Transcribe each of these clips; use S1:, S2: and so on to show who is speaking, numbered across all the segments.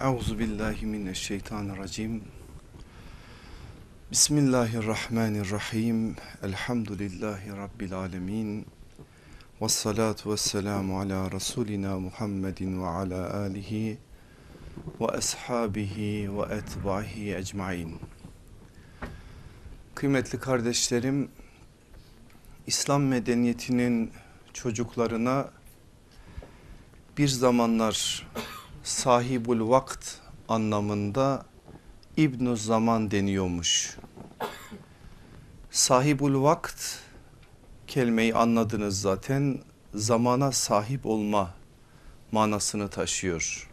S1: Euzu billahi mineşşeytanirracim. Bismillahirrahmanirrahim. Elhamdülillahi rabbil alamin. Ves salatu vesselamu ala rasulina Muhammedin ve ala alihi ve ashabihi ve etbahi ecmaîn. Kıymetli kardeşlerim, İslam medeniyetinin çocuklarına bir zamanlar sahibul vakt anlamında İbnü Zaman deniyormuş. Sahibul vakt kelimeyi anladınız zaten, zamana sahip olma manasını taşıyor.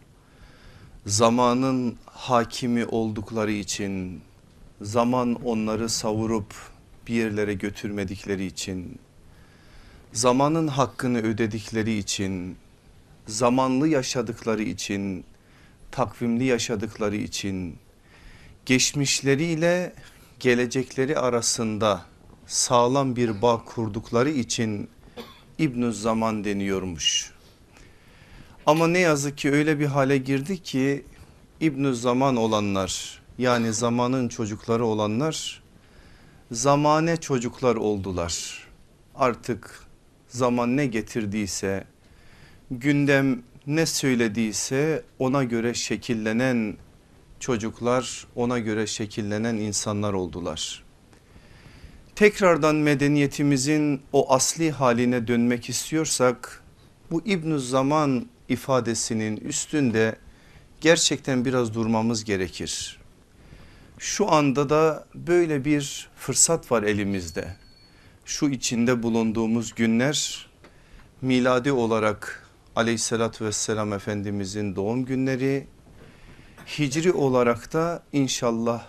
S1: Zamanın hakimi oldukları için, zaman onları savurup bir yerlere götürmedikleri için, zamanın hakkını ödedikleri için, zamanlı yaşadıkları için, takvimli yaşadıkları için, geçmişleriyle gelecekleri arasında sağlam bir bağ kurdukları için İbnü Zaman deniyormuş. Ama ne yazık ki öyle bir hale girdi ki İbnü Zaman olanlar, yani zamanın çocukları olanlar zamane çocuklar oldular. Artık zaman ne getirdiyse, gündem ne söylediyse ona göre şekillenen çocuklar, ona göre şekillenen insanlar oldular. Tekrardan medeniyetimizin o asli haline dönmek istiyorsak bu İbnü Zaman ifadesinin üstünde gerçekten biraz durmamız gerekir. Şu anda da böyle bir fırsat var elimizde. Şu içinde bulunduğumuz günler miladi olarak Aleyhissalatü vesselam Efendimizin doğum günleri, hicri olarak da inşallah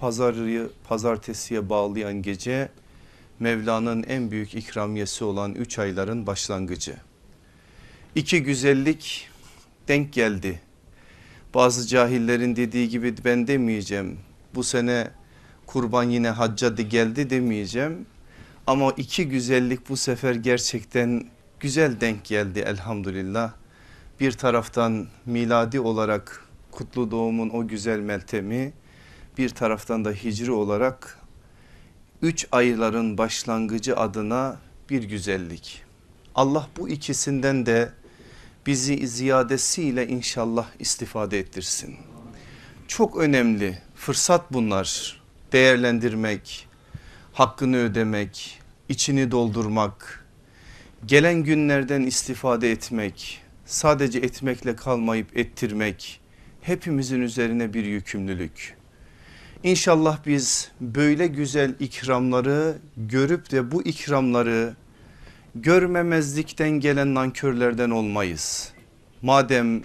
S1: pazartesiye bağlayan gece Mevla'nın en büyük ikramiyesi olan 3 ayların başlangıcı. İki güzellik denk geldi. Bazı cahillerin dediği gibi ben demeyeceğim. Bu sene kurban yine hacca geldi demeyeceğim. Ama iki güzellik bu sefer gerçekten güzel denk geldi elhamdülillah. Bir taraftan miladi olarak kutlu doğumun o güzel meltemi, bir taraftan da hicri olarak 3 ayların başlangıcı adına bir güzellik. Allah bu ikisinden de bizi ziyadesiyle inşallah istifade ettirsin. Çok önemli fırsat bunlar, değerlendirmek, hakkını ödemek, içini doldurmak, gelen günlerden istifade etmek, sadece etmekle kalmayıp ettirmek hepimizin üzerine bir yükümlülük. İnşallah biz böyle güzel ikramları görüp de bu ikramları görmemezlikten gelen nankörlerden olmayız. Madem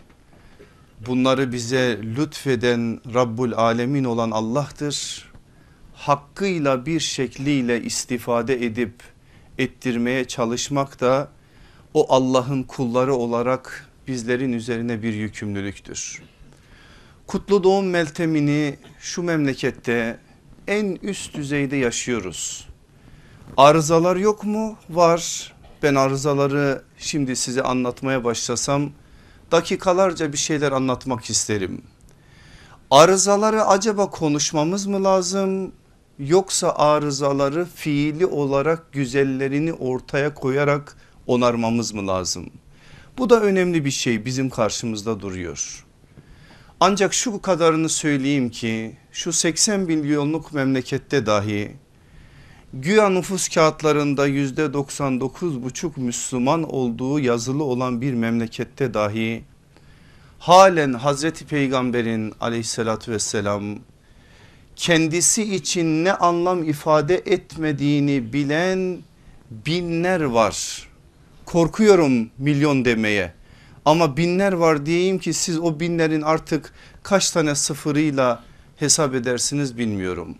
S1: bunları bize lütfeden Rabbul Alemin olan Allah'tır, hakkıyla bir şekliyle istifade edip ettirmeye çalışmak da o Allah'ın kulları olarak bizlerin üzerine bir yükümlülüktür. Kutlu doğum meltemini şu memlekette en üst düzeyde yaşıyoruz. Arızalar yok mu? Var. Ben arızaları şimdi size anlatmaya başlasam dakikalarca bir şeyler anlatmak isterim. Arızaları acaba konuşmamız mı lazım? Yoksa arızaları fiili olarak güzellerini ortaya koyarak onarmamız mı lazım? Bu da önemli bir şey, bizim karşımızda duruyor. Ancak şu kadarını söyleyeyim ki şu 80 milyonluk memlekette dahi güya nüfus kağıtlarında %99,5 Müslüman olduğu yazılı olan bir memlekette dahi halen Hazreti Peygamber'in aleyhissalatü vesselam kendisi için ne anlam ifade etmediğini bilen binler var. Korkuyorum milyon demeye ama binler var diyeyim ki siz o binlerin artık kaç tane sıfırıyla hesap edersiniz bilmiyorum.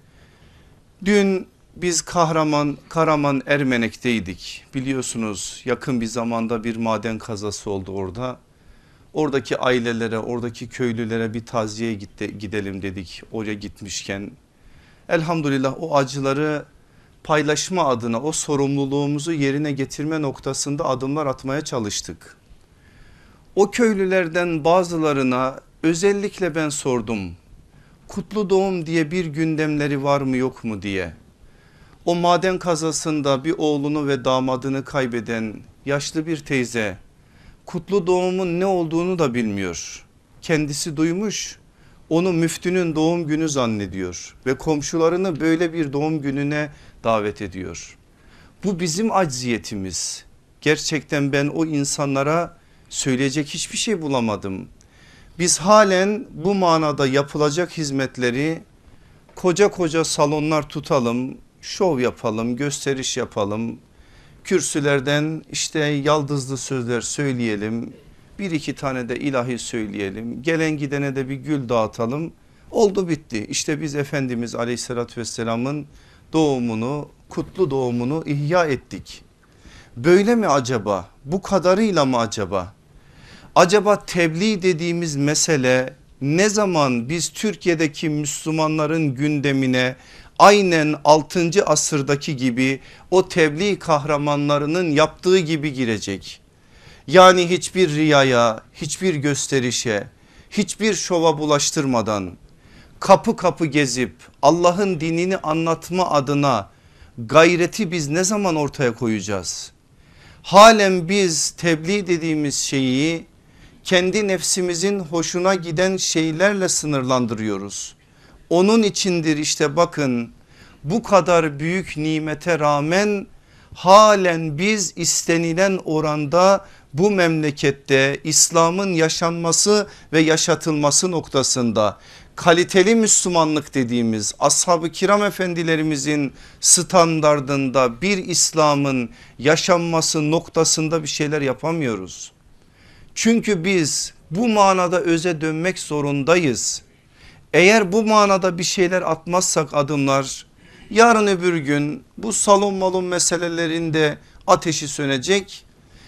S1: Dün biz Karaman Ermenek'teydik, biliyorsunuz yakın bir zamanda bir maden kazası oldu orada. Oradaki ailelere, oradaki köylülere bir taziye gidelim dedik oraya gitmişken. Elhamdülillah o acıları paylaşma adına o sorumluluğumuzu yerine getirme noktasında adımlar atmaya çalıştık. O köylülerden bazılarına özellikle ben sordum. Kutlu doğum diye bir gündemleri var mı yok mu diye. O maden kazasında bir oğlunu ve damadını kaybeden yaşlı bir teyze kutlu doğumun ne olduğunu da bilmiyor. Kendisi duymuş, onu müftünün doğum günü zannediyor ve komşularını böyle bir doğum gününe davet ediyor. Bu bizim acziyetimiz. Gerçekten ben o insanlara söyleyecek hiçbir şey bulamadım. Biz halen bu manada yapılacak hizmetleri koca koca salonlar tutalım, şov yapalım, gösteriş yapalım. Kürsülerden işte yaldızlı sözler söyleyelim. Bir iki tane de ilahi söyleyelim. Gelen gidene de bir gül dağıtalım. Oldu bitti. İşte biz Efendimiz Aleyhisselatü Vesselam'ın doğumunu, kutlu doğumunu ihya ettik. Böyle mi acaba? Bu kadarıyla mı acaba? Acaba tebliğ dediğimiz mesele ne zaman biz Türkiye'deki Müslümanların gündemine aynen 6. asırdaki gibi o tebliğ kahramanlarının yaptığı gibi girecek? Yani hiçbir riyaya, hiçbir gösterişe, hiçbir şova bulaştırmadan kapı kapı gezip Allah'ın dinini anlatma adına gayreti biz ne zaman ortaya koyacağız? Halen biz tebliğ dediğimiz şeyi kendi nefsimizin hoşuna giden şeylerle sınırlandırıyoruz. Onun içindir işte bakın bu kadar büyük nimete rağmen halen biz istenilen oranda bu memlekette İslam'ın yaşanması ve yaşatılması noktasında kaliteli Müslümanlık dediğimiz ashab-ı kiram efendilerimizin standardında bir İslam'ın yaşanması noktasında bir şeyler yapamıyoruz. Çünkü biz bu manada öze dönmek zorundayız. Eğer bu manada bir şeyler atmazsak adımlar yarın öbür gün bu salon malon meselelerinde ateşi sönecek.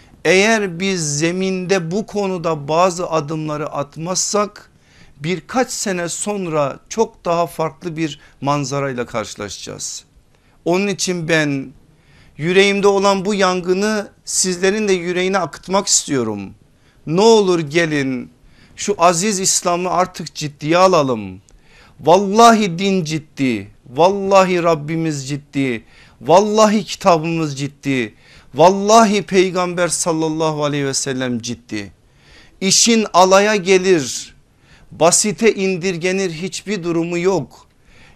S1: Eğer biz zeminde bu konuda bazı adımları atmazsak birkaç sene sonra çok daha farklı bir manzarayla karşılaşacağız. Onun için ben yüreğimde olan bu yangını sizlerin de yüreğine akıtmak istiyorum. Ne olur gelin şu aziz İslam'ı artık ciddiye alalım. Vallahi din ciddi, vallahi Rabbimiz ciddi, vallahi kitabımız ciddi, vallahi Peygamber sallallahu aleyhi ve sellem ciddi. İşin alaya gelir, basite indirgenir hiçbir durumu yok.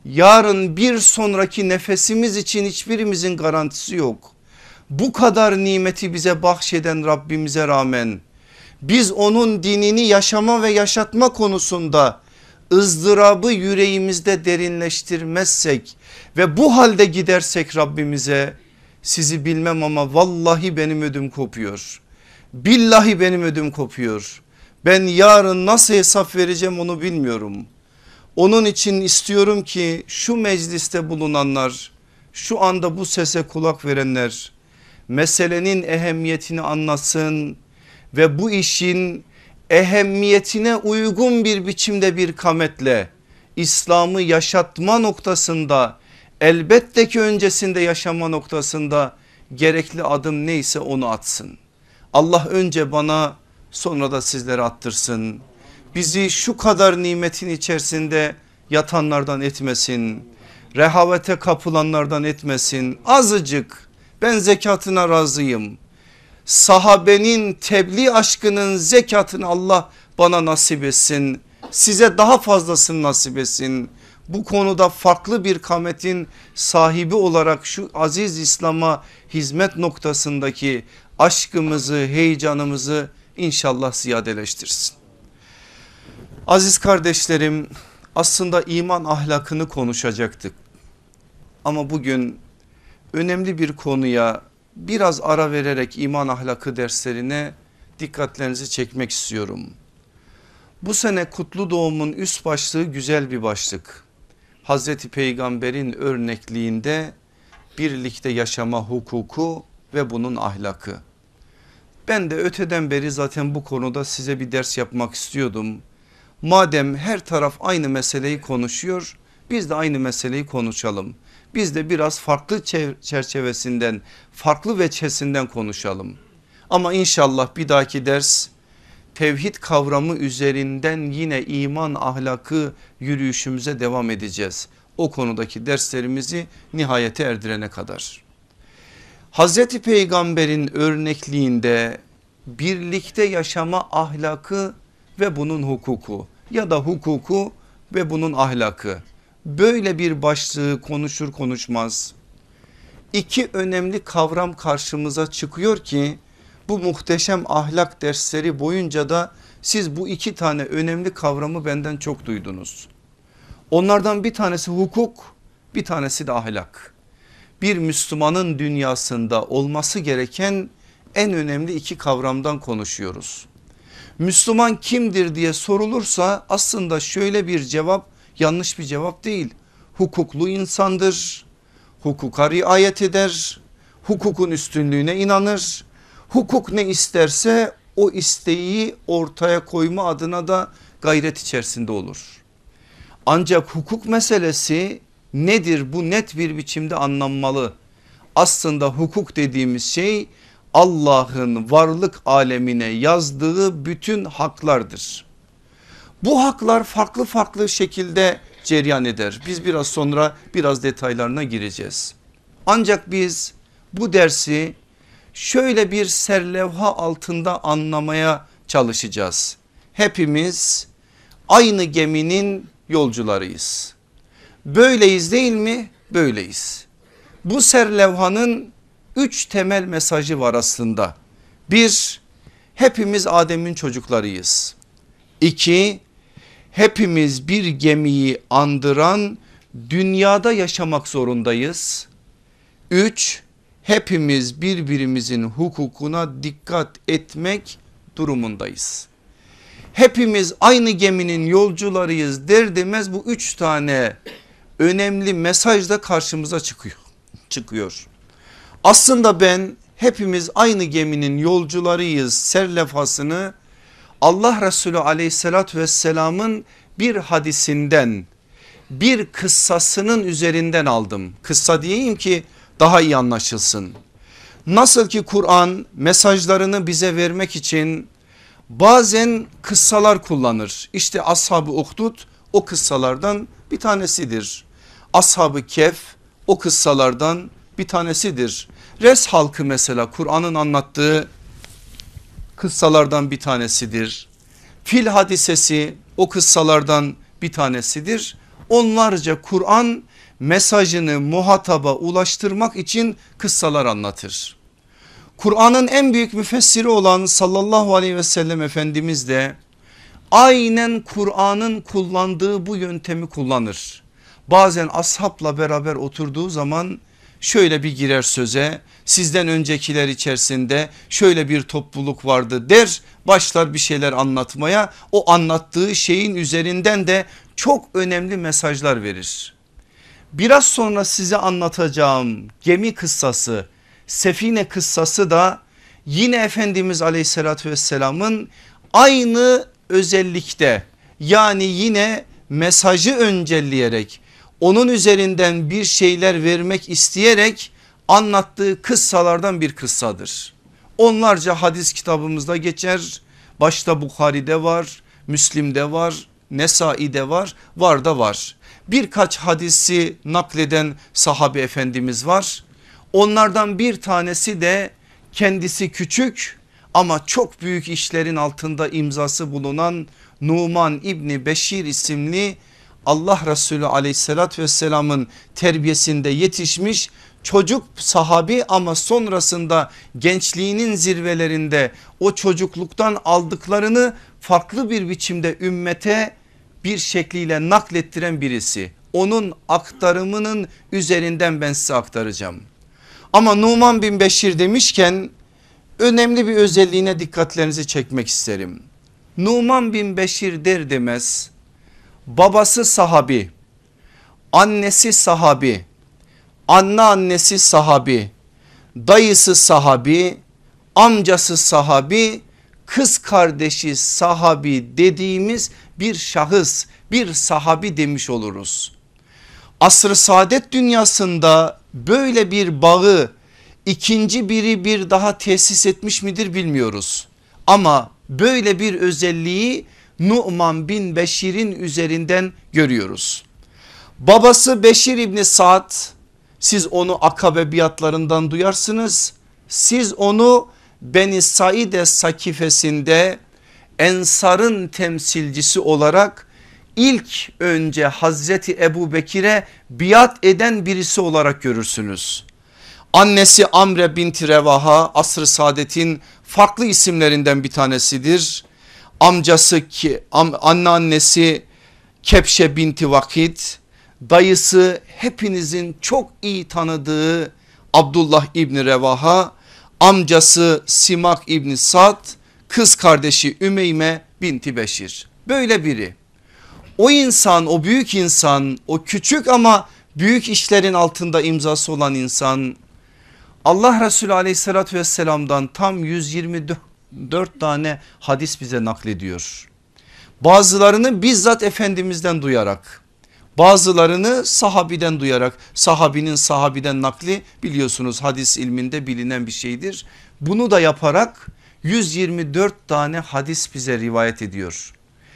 S1: Yarın bir sonraki nefesimiz için hiçbirimizin garantisi yok. Bu kadar nimeti bize bahşeden Rabbimize rağmen biz onun dinini yaşama ve yaşatma konusunda ızdırabı yüreğimizde derinleştirmezsek ve bu halde gidersek Rabbimize, sizi bilmem ama vallahi benim ödüm kopuyor. Billahi benim ödüm kopuyor. Ben yarın nasıl hesap vereceğim onu bilmiyorum. Onun için istiyorum ki şu mecliste bulunanlar, şu anda bu sese kulak verenler meselenin ehemmiyetini anlasın ve bu işin ehemmiyetine uygun bir biçimde bir kametle İslam'ı yaşatma noktasında, elbette ki öncesinde yaşama noktasında gerekli adım neyse onu atsın. Allah önce bana sonra da sizlere attırsın. Bizi şu kadar nimetin içerisinde yatanlardan etmesin. Rehavete kapılanlardan etmesin. Azıcık ben zekatına razıyım. Sahabenin tebliğ aşkının zekatını Allah bana nasip etsin. Size daha fazlasını nasip etsin. Bu konuda farklı bir kametin sahibi olarak şu aziz İslam'a hizmet noktasındaki aşkımızı, heyecanımızı inşallah ziyadeleştirsin. Aziz kardeşlerim, aslında iman ahlakını konuşacaktık. Ama bugün önemli bir konuya biraz ara vererek iman ahlakı derslerine dikkatlerinizi çekmek istiyorum. Bu sene kutlu doğumun üst başlığı güzel bir başlık. Hazreti Peygamber'in örnekliğinde birlikte yaşama hukuku ve bunun ahlakı. Ben de öteden beri zaten bu konuda size bir ders yapmak istiyordum. Madem her taraf aynı meseleyi konuşuyor, biz de aynı meseleyi konuşalım. Biz de biraz farklı çerçevesinden, farklı veçhesinden konuşalım. Ama inşallah bir dahaki ders tevhid kavramı üzerinden yine iman ahlakı yürüyüşümüze devam edeceğiz. O konudaki derslerimizi nihayete erdirene kadar. Hazreti Peygamber'in örnekliğinde birlikte yaşama ahlakı ve bunun hukuku ya da hukuku ve bunun ahlakı, böyle bir başlığı konuşur konuşmaz iki önemli kavram karşımıza çıkıyor ki bu muhteşem ahlak dersleri boyunca da siz bu iki tane önemli kavramı benden çok duydunuz. Onlardan bir tanesi hukuk, bir tanesi de ahlak. Bir Müslümanın dünyasında olması gereken en önemli iki kavramdan konuşuyoruz. Müslüman kimdir diye sorulursa aslında şöyle bir cevap yanlış bir cevap değil. Hukuklu insandır, hukuka riayet eder, hukukun üstünlüğüne inanır, hukuk ne isterse o isteği ortaya koyma adına da gayret içerisinde olur. Ancak hukuk meselesi nedir, bu net bir biçimde anlanmalı. Aslında hukuk dediğimiz şey Allah'ın varlık alemine yazdığı bütün haklardır. Bu haklar farklı farklı şekilde cereyan eder. Biz biraz sonra biraz detaylarına gireceğiz. Ancak biz bu dersi şöyle bir serlevha altında anlamaya çalışacağız. Hepimiz aynı geminin yolcularıyız. Böyleyiz değil mi? Böyleyiz. Bu serlevhanın 3 temel mesajı var aslında. 1. Hepimiz Adem'in çocuklarıyız. 2. Hepimiz bir gemiyi andıran dünyada yaşamak zorundayız. 3. Hepimiz birbirimizin hukukuna dikkat etmek durumundayız. Hepimiz aynı geminin yolcularıyız der demez bu 3 tane önemli mesaj da karşımıza çıkıyor. Aslında ben hepimiz aynı geminin yolcularıyız serlefasını Allah Resulü aleyhissalatü vesselamın bir hadisinden, bir kıssasının üzerinden aldım. Kıssa diyeyim ki daha iyi anlaşılsın. Nasıl ki Kur'an mesajlarını bize vermek için bazen kıssalar kullanır. İşte Ashab-ı Uhdud o kıssalardan bir tanesidir. Ashab-ı Kehf o kıssalardan bir tanesidir. Res halkı mesela Kur'an'ın anlattığı kıssalardan bir tanesidir. Fil hadisesi o kıssalardan bir tanesidir. Onlarca Kur'an mesajını muhataba ulaştırmak için kıssalar anlatır. Kur'an'ın en büyük müfessiri olan sallallahu aleyhi ve sellem Efendimiz de aynen Kur'an'ın kullandığı bu yöntemi kullanır. Bazen ashabla beraber oturduğu zaman şöyle bir girer söze, sizden öncekiler içerisinde şöyle bir topluluk vardı der, başlar bir şeyler anlatmaya, o anlattığı şeyin üzerinden de çok önemli mesajlar verir. Biraz sonra size anlatacağım gemi kıssası, sefine kıssası da yine Efendimiz aleyhissalatü vesselamın aynı özellikte, yani yine mesajı öncelleyerek onun üzerinden bir şeyler vermek isteyerek anlattığı kıssalardan bir kıssadır. Onlarca hadis kitabımızda geçer. Başta Bukhari'de var, Müslim'de var, Nesai'de var, var da var. Birkaç hadisi nakleden sahabe efendimiz var. Onlardan bir tanesi de kendisi küçük ama çok büyük işlerin altında imzası bulunan Numan İbni Beşir isimli Allah Resulü aleyhissalatü vesselamın terbiyesinde yetişmiş çocuk sahabi ama sonrasında gençliğinin zirvelerinde o çocukluktan aldıklarını farklı bir biçimde ümmete bir şekliyle naklettiren birisi. Onun aktarımının üzerinden ben size aktaracağım. Ama Numan bin Beşir demişken önemli bir özelliğine dikkatlerinizi çekmek isterim. Numan bin Beşir der demez babası sahabi, annesi sahabi, anneannesi sahabi, dayısı sahabi, amcası sahabi, kız kardeşi sahabi dediğimiz bir şahıs, bir sahabi demiş oluruz. Asr-ı saadet dünyasında böyle bir bağı ikinci biri bir daha tesis etmiş midir bilmiyoruz. Ama böyle bir özelliği Nu'man bin Beşir'in üzerinden görüyoruz. Babası Beşir İbni Sa'd, siz onu Akabe biatlarından duyarsınız. Siz onu Beni Saide Sakifesinde Ensar'ın temsilcisi olarak ilk önce Hazreti Ebu Bekir'e biat eden birisi olarak görürsünüz. Annesi Amre binti Revaha asr-ı saadetin farklı isimlerinden bir tanesidir. Amcası anneannesi Kepşe binti Vakit, dayısı hepinizin çok iyi tanıdığı Abdullah İbni Revaha, amcası Simak İbni Sa'd, kız kardeşi Ümeyme binti Beşir. Böyle biri. O insan, o büyük insan, o küçük ama büyük işlerin altında imzası olan insan, Allah Resulü aleyhissalatü vesselam'dan tam 124 tane hadis bize naklediyor. Bazılarını bizzat Efendimiz'den duyarak, bazılarını sahabiden duyarak, sahabinin sahabiden nakli biliyorsunuz hadis ilminde bilinen bir şeydir. Bunu da yaparak 124 tane hadis bize rivayet ediyor.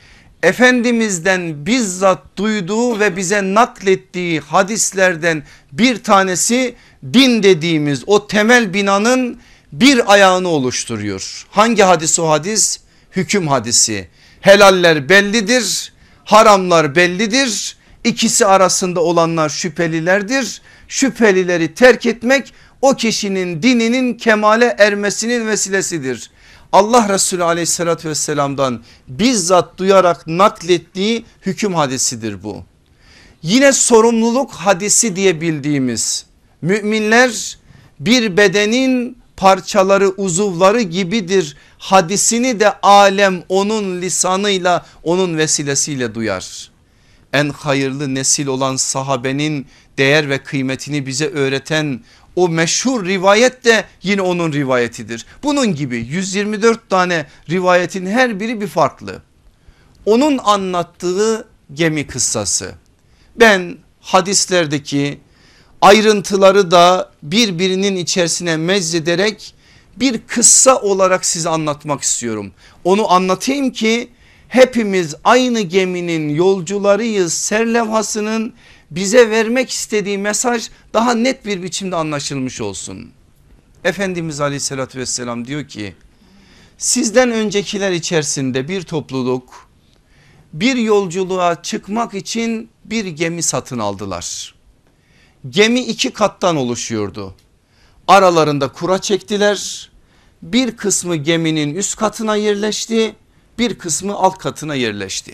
S1: Efendimiz'den bizzat duyduğu ve bize naklettiği hadislerden bir tanesi din dediğimiz o temel binanın bir ayağını oluşturuyor. Hangi hadis o hadis? Hüküm hadisi. Helaller bellidir, haramlar bellidir. İkisi arasında olanlar şüphelilerdir. Şüphelileri terk etmek o kişinin dininin kemale ermesinin vesilesidir. Allah Resulü aleyhissalatü vesselam'dan bizzat duyarak naklettiği hüküm hadisidir bu. Yine sorumluluk hadisi diye bildiğimiz, müminler bir bedenin parçaları, uzuvları gibidir hadisini de alem onun lisanıyla, onun vesilesiyle duyar. En hayırlı nesil olan sahabenin değer ve kıymetini bize öğreten o meşhur rivayet de yine onun rivayetidir. Bunun gibi 124 tane rivayetin her biri bir farklı. Onun anlattığı gemi kıssası. Ben hadislerdeki ayrıntıları da birbirinin içerisine meczederek bir kıssa olarak size anlatmak istiyorum. Onu anlatayım ki hepimiz aynı geminin yolcularıyız serlevhasının bize vermek istediği mesaj daha net bir biçimde anlaşılmış olsun. Efendimiz aleyhissalatü vesselam diyor ki, sizden öncekiler içerisinde bir topluluk bir yolculuğa çıkmak için bir gemi satın aldılar. Gemi 2 kattan oluşuyordu. Aralarında kura çektiler. Bir kısmı geminin üst katına yerleşti, bir kısmı alt katına yerleşti.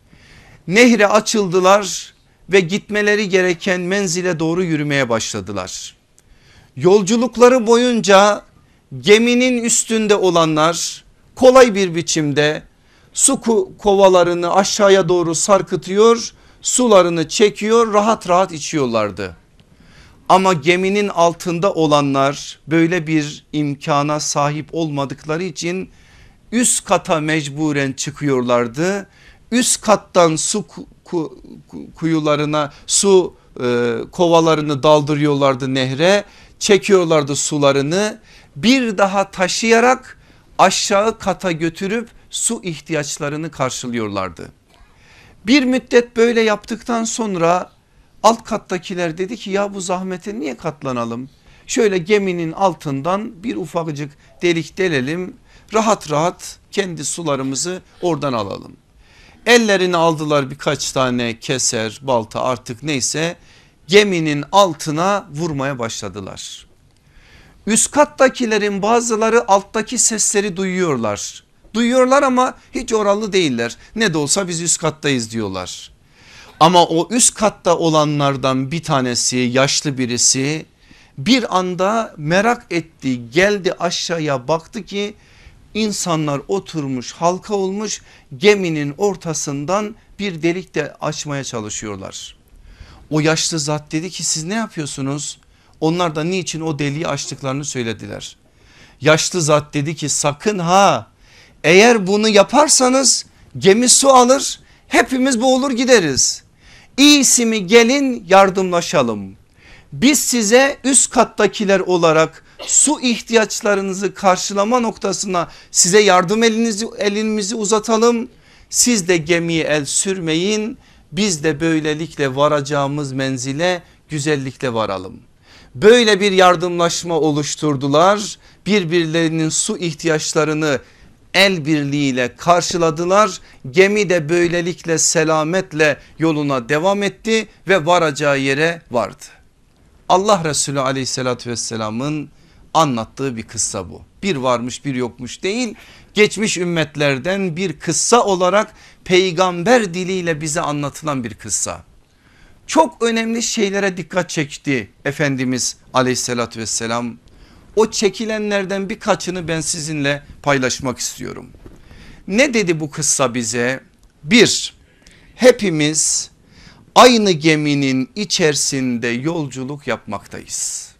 S1: Nehre açıldılar ve gitmeleri gereken menzile doğru yürümeye başladılar. Yolculukları boyunca geminin üstünde olanlar kolay bir biçimde su kovalarını aşağıya doğru sarkıtıyor, sularını çekiyor, rahat rahat içiyorlardı. Ama geminin altında olanlar böyle bir imkana sahip olmadıkları için üst kata mecburen çıkıyorlardı. Üst kattan su kuyularına, su kovalarını daldırıyorlardı nehre, çekiyorlardı sularını, bir daha taşıyarak aşağı kata götürüp su ihtiyaçlarını karşılıyorlardı. Bir müddet böyle yaptıktan sonra alt kattakiler dedi ki, ya bu zahmete niye katlanalım? Şöyle geminin altından bir ufacık delik delelim, rahat rahat kendi sularımızı oradan alalım. Ellerini aldılar birkaç tane keser, balta artık neyse, geminin altına vurmaya başladılar. Üst kattakilerin bazıları alttaki sesleri duyuyorlar. Duyuyorlar ama hiç oralı değiller. Ne de olsa biz üst kattayız diyorlar. Ama o üst katta olanlardan bir tanesi, yaşlı birisi, bir anda merak etti, geldi aşağıya, baktı ki insanlar oturmuş, halka olmuş, geminin ortasından bir delik de açmaya çalışıyorlar. O yaşlı zat dedi ki, siz ne yapıyorsunuz? Onlar da niçin o deliği açtıklarını söylediler. Yaşlı zat dedi ki, sakın ha, eğer bunu yaparsanız gemi su alır, hepimiz boğulur gideriz. İyisi mi gelin yardımlaşalım. Biz size üst kattakiler olarak su ihtiyaçlarınızı karşılama noktasına size yardım elimizi uzatalım. Siz de gemiye el sürmeyin. Biz de böylelikle varacağımız menzile güzellikle varalım. Böyle bir yardımlaşma oluşturdular. Birbirlerinin su ihtiyaçlarını el birliğiyle karşıladılar. Gemi de böylelikle selametle yoluna devam etti ve varacağı yere vardı. Allah Resulü aleyhissalatü vesselamın anlattığı bir kıssa bu. Bir varmış bir yokmuş değil, geçmiş ümmetlerden bir kıssa olarak peygamber diliyle bize anlatılan bir kıssa. Çok önemli şeylere dikkat çekti Efendimiz aleyhissalatü vesselam. O çekilenlerden birkaçını ben sizinle paylaşmak istiyorum. Ne dedi bu kıssa bize? Bir, hepimiz aynı geminin içerisinde yolculuk yapmaktayız.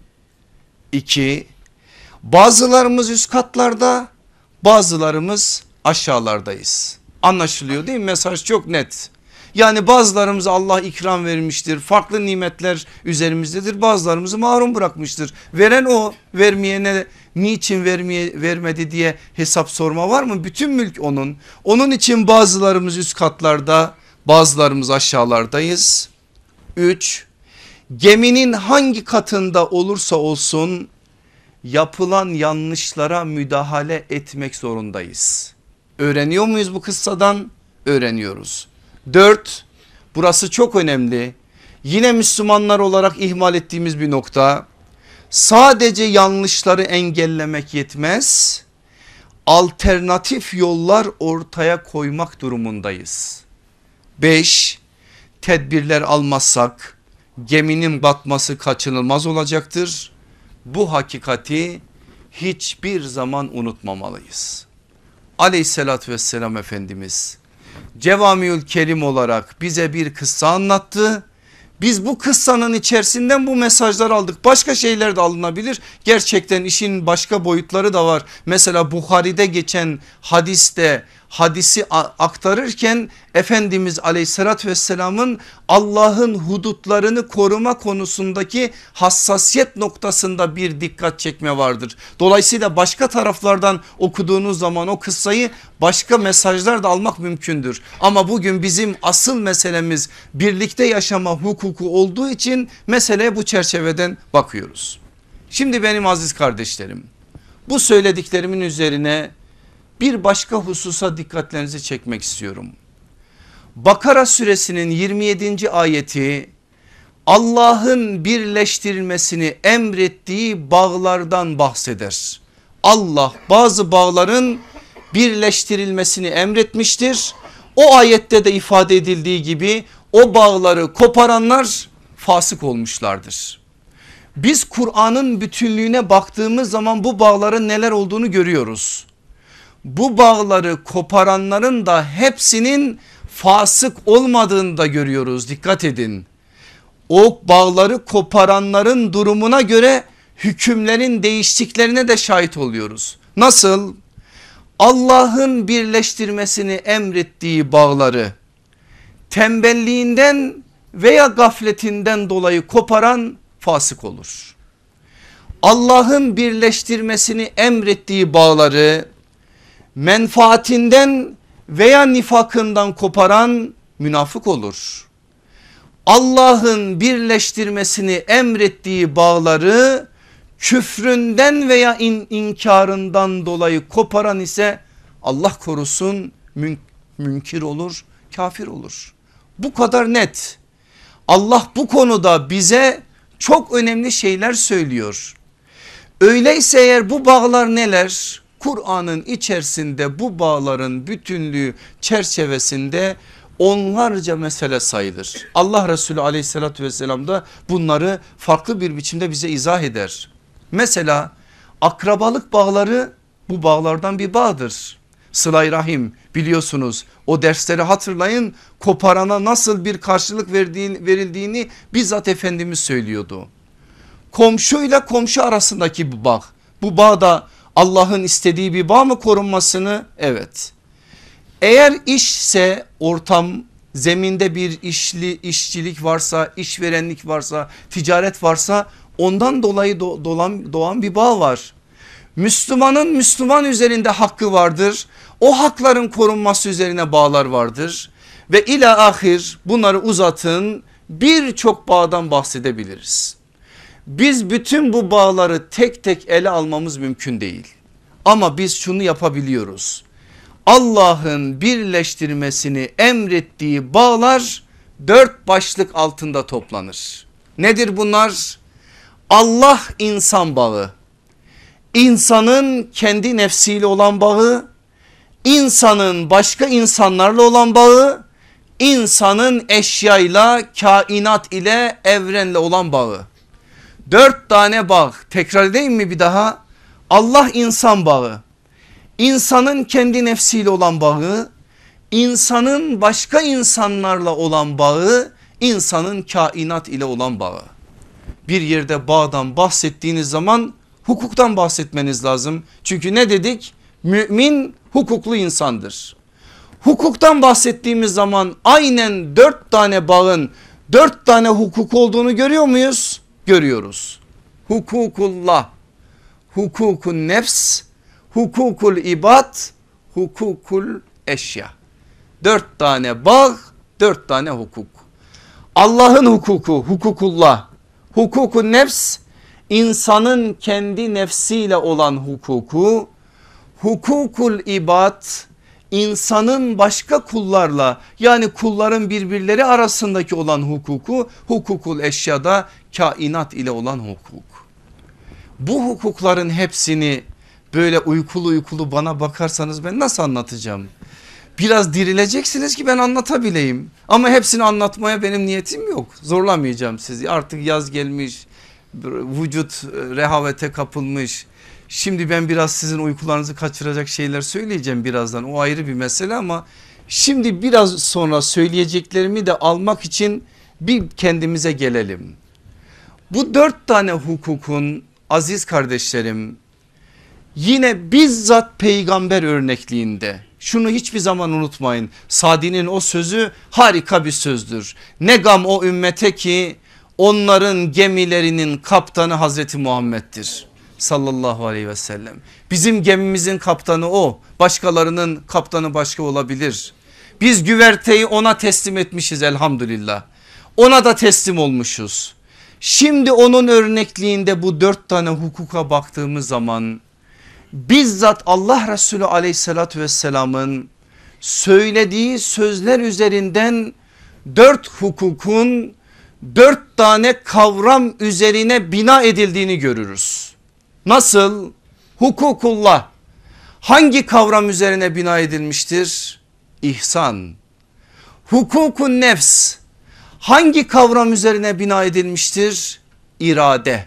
S1: İki, bazılarımız üst katlarda, bazılarımız aşağılardayız. Anlaşılıyor değil mi? Mesaj çok net. Yani bazılarımıza Allah ikram vermiştir, farklı nimetler üzerimizdedir, bazılarımızı mahrum bırakmıştır. Veren o, vermeyene niçin vermedi diye hesap sorma var mı? Bütün mülk onun. Onun için bazılarımız üst katlarda, bazılarımız aşağılardayız. 3. Geminin hangi katında olursa olsun yapılan yanlışlara müdahale etmek zorundayız. Öğreniyor muyuz bu kıssadan? Öğreniyoruz. 4. Burası çok önemli. Yine Müslümanlar olarak ihmal ettiğimiz bir nokta. Sadece yanlışları engellemek yetmez. Alternatif yollar ortaya koymak durumundayız. 5. Tedbirler almazsak geminin batması kaçınılmaz olacaktır. Bu hakikati hiçbir zaman unutmamalıyız. Aleyhissalatü vesselam Efendimiz Cevamiül Kelim olarak bize bir kıssa anlattı. Biz bu kıssanın içerisinden bu mesajları aldık. Başka şeyler de alınabilir. Gerçekten işin başka boyutları da var. Mesela Buhari'de geçen hadisi aktarırken Efendimiz aleyhissalatü vesselamın Allah'ın hudutlarını koruma konusundaki hassasiyet noktasında bir dikkat çekme vardır. Dolayısıyla başka taraflardan okuduğunuz zaman o kıssayı başka mesajlar da almak mümkündür. Ama bugün bizim asıl meselemiz birlikte yaşama hukuku olduğu için meseleye bu çerçeveden bakıyoruz. Şimdi benim aziz kardeşlerim, bu söylediklerimin üzerine bir başka hususa dikkatlerinizi çekmek istiyorum. Bakara suresinin 27. ayeti Allah'ın birleştirilmesini emrettiği bağlardan bahseder. Allah bazı bağların birleştirilmesini emretmiştir. O ayette de ifade edildiği gibi o bağları koparanlar fasık olmuşlardır. Biz Kur'an'ın bütünlüğüne baktığımız zaman bu bağların neler olduğunu görüyoruz. Bu bağları koparanların da hepsinin fasık olmadığını da görüyoruz. Dikkat edin. O bağları koparanların durumuna göre hükümlerin değiştiklerine de şahit oluyoruz. Nasıl? Allah'ın birleştirmesini emrettiği bağları tembelliğinden veya gafletinden dolayı koparan fasık olur. Allah'ın birleştirmesini emrettiği bağları menfaatinden veya nifakından koparan münafık olur. Allah'ın birleştirmesini emrettiği bağları küfründen veya inkarından dolayı koparan ise Allah korusun münkir olur, kafir olur. Bu kadar net. Allah bu konuda bize çok önemli şeyler söylüyor. Öyleyse eğer bu bağlar neler? Kur'an'ın içerisinde bu bağların bütünlüğü çerçevesinde onlarca mesele sayılır. Allah Resulü aleyhissalatü vesselam da bunları farklı bir biçimde bize izah eder. Mesela akrabalık bağları bu bağlardan bir bağdır. Sıla-i Rahim, biliyorsunuz, o dersleri hatırlayın, koparana nasıl bir karşılık verildiğini bizzat Efendimiz söylüyordu. Komşuyla komşu arasındaki bu bağ, bu bağ da Allah'ın istediği bir bağ mı korunmasını? Evet. Eğer işse, ortam, zeminde bir işçilik varsa, işverenlik varsa, ticaret varsa Ondan dolayı doğan bir bağ var. Müslümanın Müslüman üzerinde hakkı vardır. O hakların korunması üzerine bağlar vardır. Ve ila ahir bunları uzatın, birçok bağdan bahsedebiliriz. Biz bütün bu bağları tek tek ele almamız mümkün değil. Ama biz şunu yapabiliyoruz. Allah'ın birleştirmesini emrettiği bağlar 4 başlık altında toplanır. Nedir bunlar? Allah insan bağı, insanın kendi nefsiyle olan bağı, insanın başka insanlarla olan bağı, insanın eşyayla, kainat ile, evrenle olan bağı. 4 tane bağ. Tekrar edeyim mi bir daha? Allah insan bağı, insanın kendi nefsiyle olan bağı, insanın başka insanlarla olan bağı, insanın kainat ile olan bağı. Bir yerde bağdan bahsettiğiniz zaman hukuktan bahsetmeniz lazım. Çünkü ne dedik? Mümin hukuklu insandır. Hukuktan bahsettiğimiz zaman aynen 4 tane bağın 4 tane hukuk olduğunu görüyor muyuz? Görüyoruz. Hukukullah, hukukun nefs, hukukul ibad, hukukul eşya. 4 tane bağ, 4 tane hukuk. Allah'ın hukuku, hukukullah, hukukun nefs, insanın kendi nefsiyle olan hukuku, hukukul ibad, insanın başka kullarla, yani kulların birbirleri arasındaki olan hukuku, hukukul eşyada kainat ile olan hukuk. Bu hukukların hepsini böyle uykulu uykulu bana bakarsanız ben nasıl anlatacağım? Biraz dirileceksiniz ki ben anlatabileyim. Ama hepsini anlatmaya benim niyetim yok. Zorlamayacağım sizi. Artık yaz gelmiş, vücut rehavete kapılmış. Şimdi ben biraz sizin uykularınızı kaçıracak şeyler söyleyeceğim birazdan. O ayrı bir mesele ama şimdi biraz sonra söyleyeceklerimi de almak için bir kendimize gelelim. Bu 4 tane hukukun aziz kardeşlerim yine bizzat peygamber örnekliğinde, şunu hiçbir zaman unutmayın, Sadi'nin o sözü harika bir sözdür. Ne gam o ümmete ki onların gemilerinin kaptanı Hazreti Muhammed'dir sallallahu aleyhi ve sellem. Bizim gemimizin kaptanı o, başkalarının kaptanı başka olabilir. Biz güverteyi ona teslim etmişiz elhamdülillah, ona da teslim olmuşuz. Şimdi onun örnekliğinde bu 4 tane hukuka baktığımız zaman bizzat Allah Resulü aleyhissalatü vesselamın söylediği sözler üzerinden 4 hukukun 4 tane kavram üzerine bina edildiğini görürüz. Nasıl? Hukukullah hangi kavram üzerine bina edilmiştir? İhsan. Hukukun nefs hangi kavram üzerine bina edilmiştir? İrade.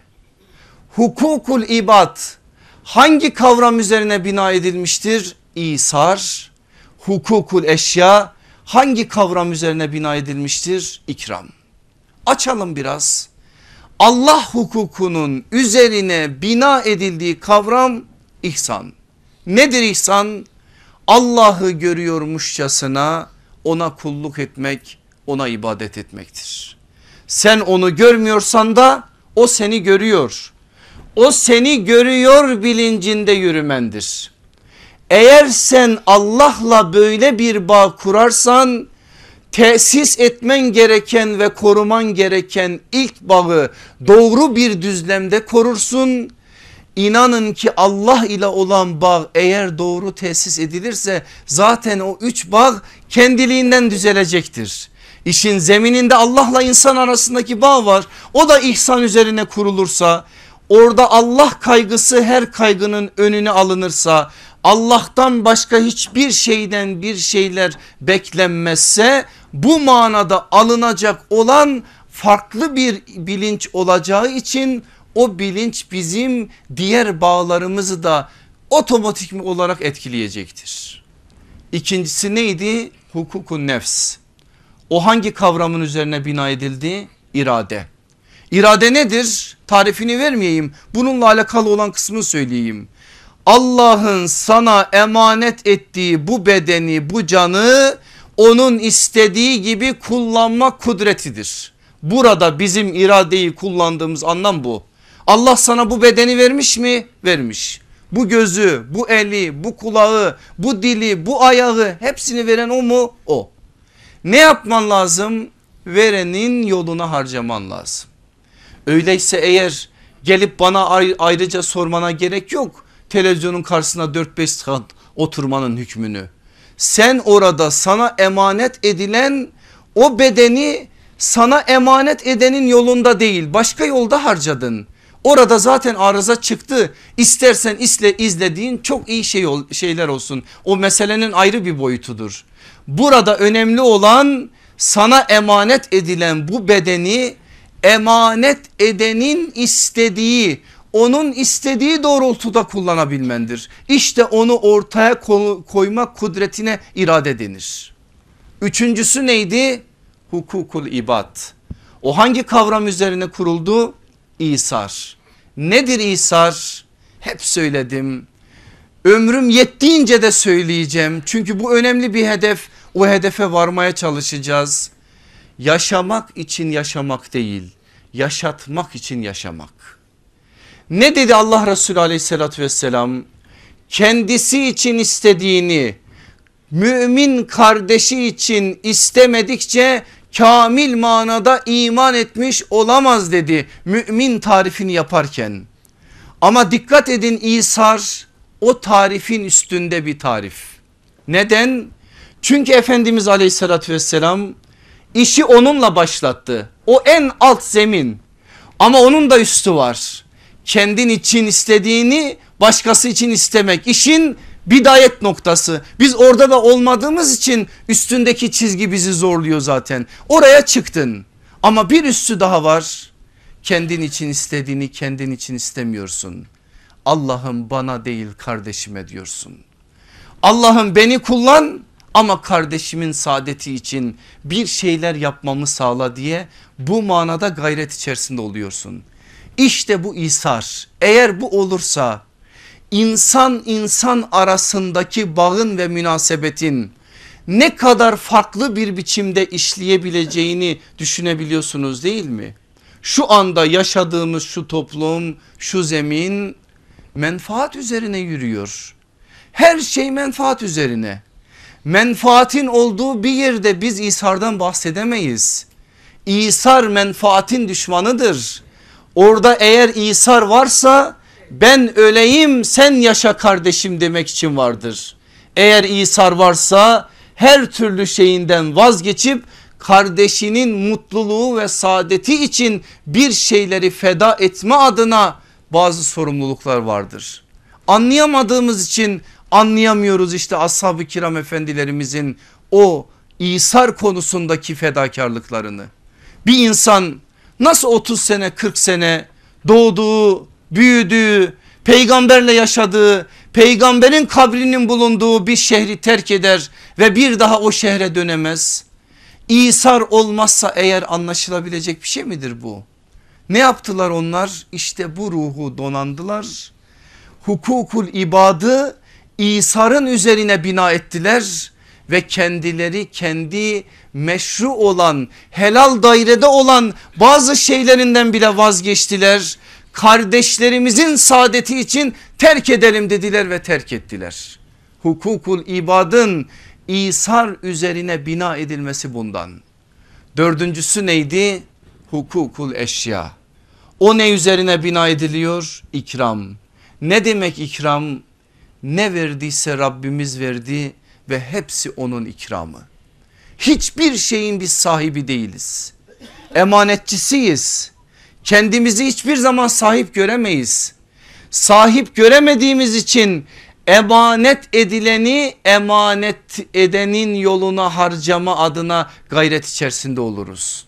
S1: Hukukul ibad hangi kavram üzerine bina edilmiştir? İsar. Hukukul eşya hangi kavram üzerine bina edilmiştir? İkram. Açalım biraz. Allah hukukunun üzerine bina edildiği kavram ihsan. Nedir ihsan? Allah'ı görüyormuşçasına ona kulluk etmek, ona ibadet etmektir. Sen onu görmüyorsan da o seni görüyor. O seni görüyor bilincinde yürümendir. Eğer sen Allah'la böyle bir bağ kurarsan tesis etmen gereken ve koruman gereken ilk bağı doğru bir düzlemde korursun. İnanın ki Allah ile olan bağ eğer doğru tesis edilirse zaten o 3 bağ kendiliğinden düzelecektir. İşin zemininde Allah'la insan arasındaki bağ var. O da ihsan üzerine kurulursa, orada Allah kaygısı her kaygının önüne alınırsa, Allah'tan başka hiçbir şeyden bir şeyler beklenmezse, bu manada alınacak olan farklı bir bilinç olacağı için o bilinç bizim diğer bağlarımızı da otomatik olarak etkileyecektir. İkincisi neydi? Hukukun nefs. O hangi kavramın üzerine bina edildi? İrade. İrade nedir? Tarifini vermeyeyim. Bununla alakalı olan kısmını söyleyeyim. Allah'ın sana emanet ettiği bu bedeni, bu canı onun istediği gibi kullanma kudretidir. Burada bizim iradeyi kullandığımız anlam bu. Allah sana bu bedeni vermiş mi? Vermiş. Bu gözü, bu eli, bu kulağı, bu dili, bu ayağı hepsini veren o mu? O. Ne yapman lazım? Verenin yoluna harcaman lazım. Öyleyse eğer gelip bana ayrıca sormana gerek yok. Televizyonun karşısına 4-5 saat oturmanın hükmünü. Sen orada sana emanet edilen o bedeni sana emanet edenin yolunda değil başka yolda harcadın. Orada zaten arıza çıktı. İstersen izlediğin çok iyi şeyler olsun. O meselenin ayrı bir boyutudur. Burada önemli olan sana emanet edilen bu bedeni emanet edenin istediği, onun istediği doğrultuda kullanabilmendir. İşte onu ortaya koymak kudretine irade denir. Üçüncüsü neydi? Hukukul ibad. O hangi kavram üzerine kuruldu? İsar. Nedir İsar? Hep söyledim. Ömrüm yettiğince de söyleyeceğim. Çünkü bu önemli bir hedef. O hedefe varmaya çalışacağız. Yaşamak için yaşamak değil, yaşatmak için yaşamak. Ne dedi Allah Resulü aleyhissalatü vesselam? Kendisi için istediğini mümin kardeşi için istemedikçe kamil manada iman etmiş olamaz dedi mümin tarifini yaparken. Ama dikkat edin, İsar o tarifin üstünde bir tarif. Neden? Çünkü Efendimiz aleyhissalatü vesselam işi onunla başlattı. O en alt zemin ama onun da üstü var. Kendin için istediğini başkası için istemek işin bidayet noktası. Biz orada da olmadığımız için üstündeki çizgi bizi zorluyor zaten. Oraya çıktın ama bir üstü daha var. Kendin için istediğini kendin için istemiyorsun. Allah'ım bana değil kardeşime diyorsun. Allah'ım beni kullan ama kardeşimin saadeti için bir şeyler yapmamı sağla diye bu manada gayret içerisinde oluyorsun. İşte bu İsar. Eğer bu olursa insan arasındaki bağın ve münasebetin ne kadar farklı bir biçimde işleyebileceğini düşünebiliyorsunuz değil mi? Şu anda yaşadığımız şu toplum, şu zemin menfaat üzerine yürüyor. Her şey menfaat üzerine. Menfaatin olduğu bir yerde biz İsar'dan bahsedemeyiz. İsar menfaatin düşmanıdır. Orada eğer İsar varsa ben öleyim sen yaşa kardeşim demek için vardır. Eğer İsar varsa her türlü şeyinden vazgeçip kardeşinin mutluluğu ve saadeti için bir şeyleri feda etme adına bazı sorumluluklar vardır. Anlayamadığımız için anlayamıyoruz işte ashab-ı kiram efendilerimizin o İsar konusundaki fedakarlıklarını. Bir insan nasıl 30 sene 40 sene doğduğu, büyüdüğü, peygamberle yaşadığı, peygamberin kabrinin bulunduğu bir şehri terk eder ve bir daha o şehre dönemez? İsar olmazsa eğer anlaşılabilecek bir şey midir bu? Ne yaptılar onlar? İşte bu ruhu donandılar. Hukukul ibadı İsar'ın üzerine bina ettiler ve kendileri kendi meşru olan helal dairede olan bazı şeylerinden bile vazgeçtiler. Kardeşlerimizin saadeti için terk edelim dediler ve terk ettiler. Hukukul ibadın İsar üzerine bina edilmesi bundan. Dördüncüsü neydi? Hukukul eşya. O ne üzerine bina ediliyor? İkram. Ne demek ikram? Ne verdiyse Rabbimiz verdi ve hepsi onun ikramı. Hiçbir şeyin biz sahibi değiliz. Emanetçisiyiz. Kendimizi hiçbir zaman sahip göremeyiz. Sahip göremediğimiz için emanet edileni emanet edenin yoluna harcama adına gayret içerisinde oluruz.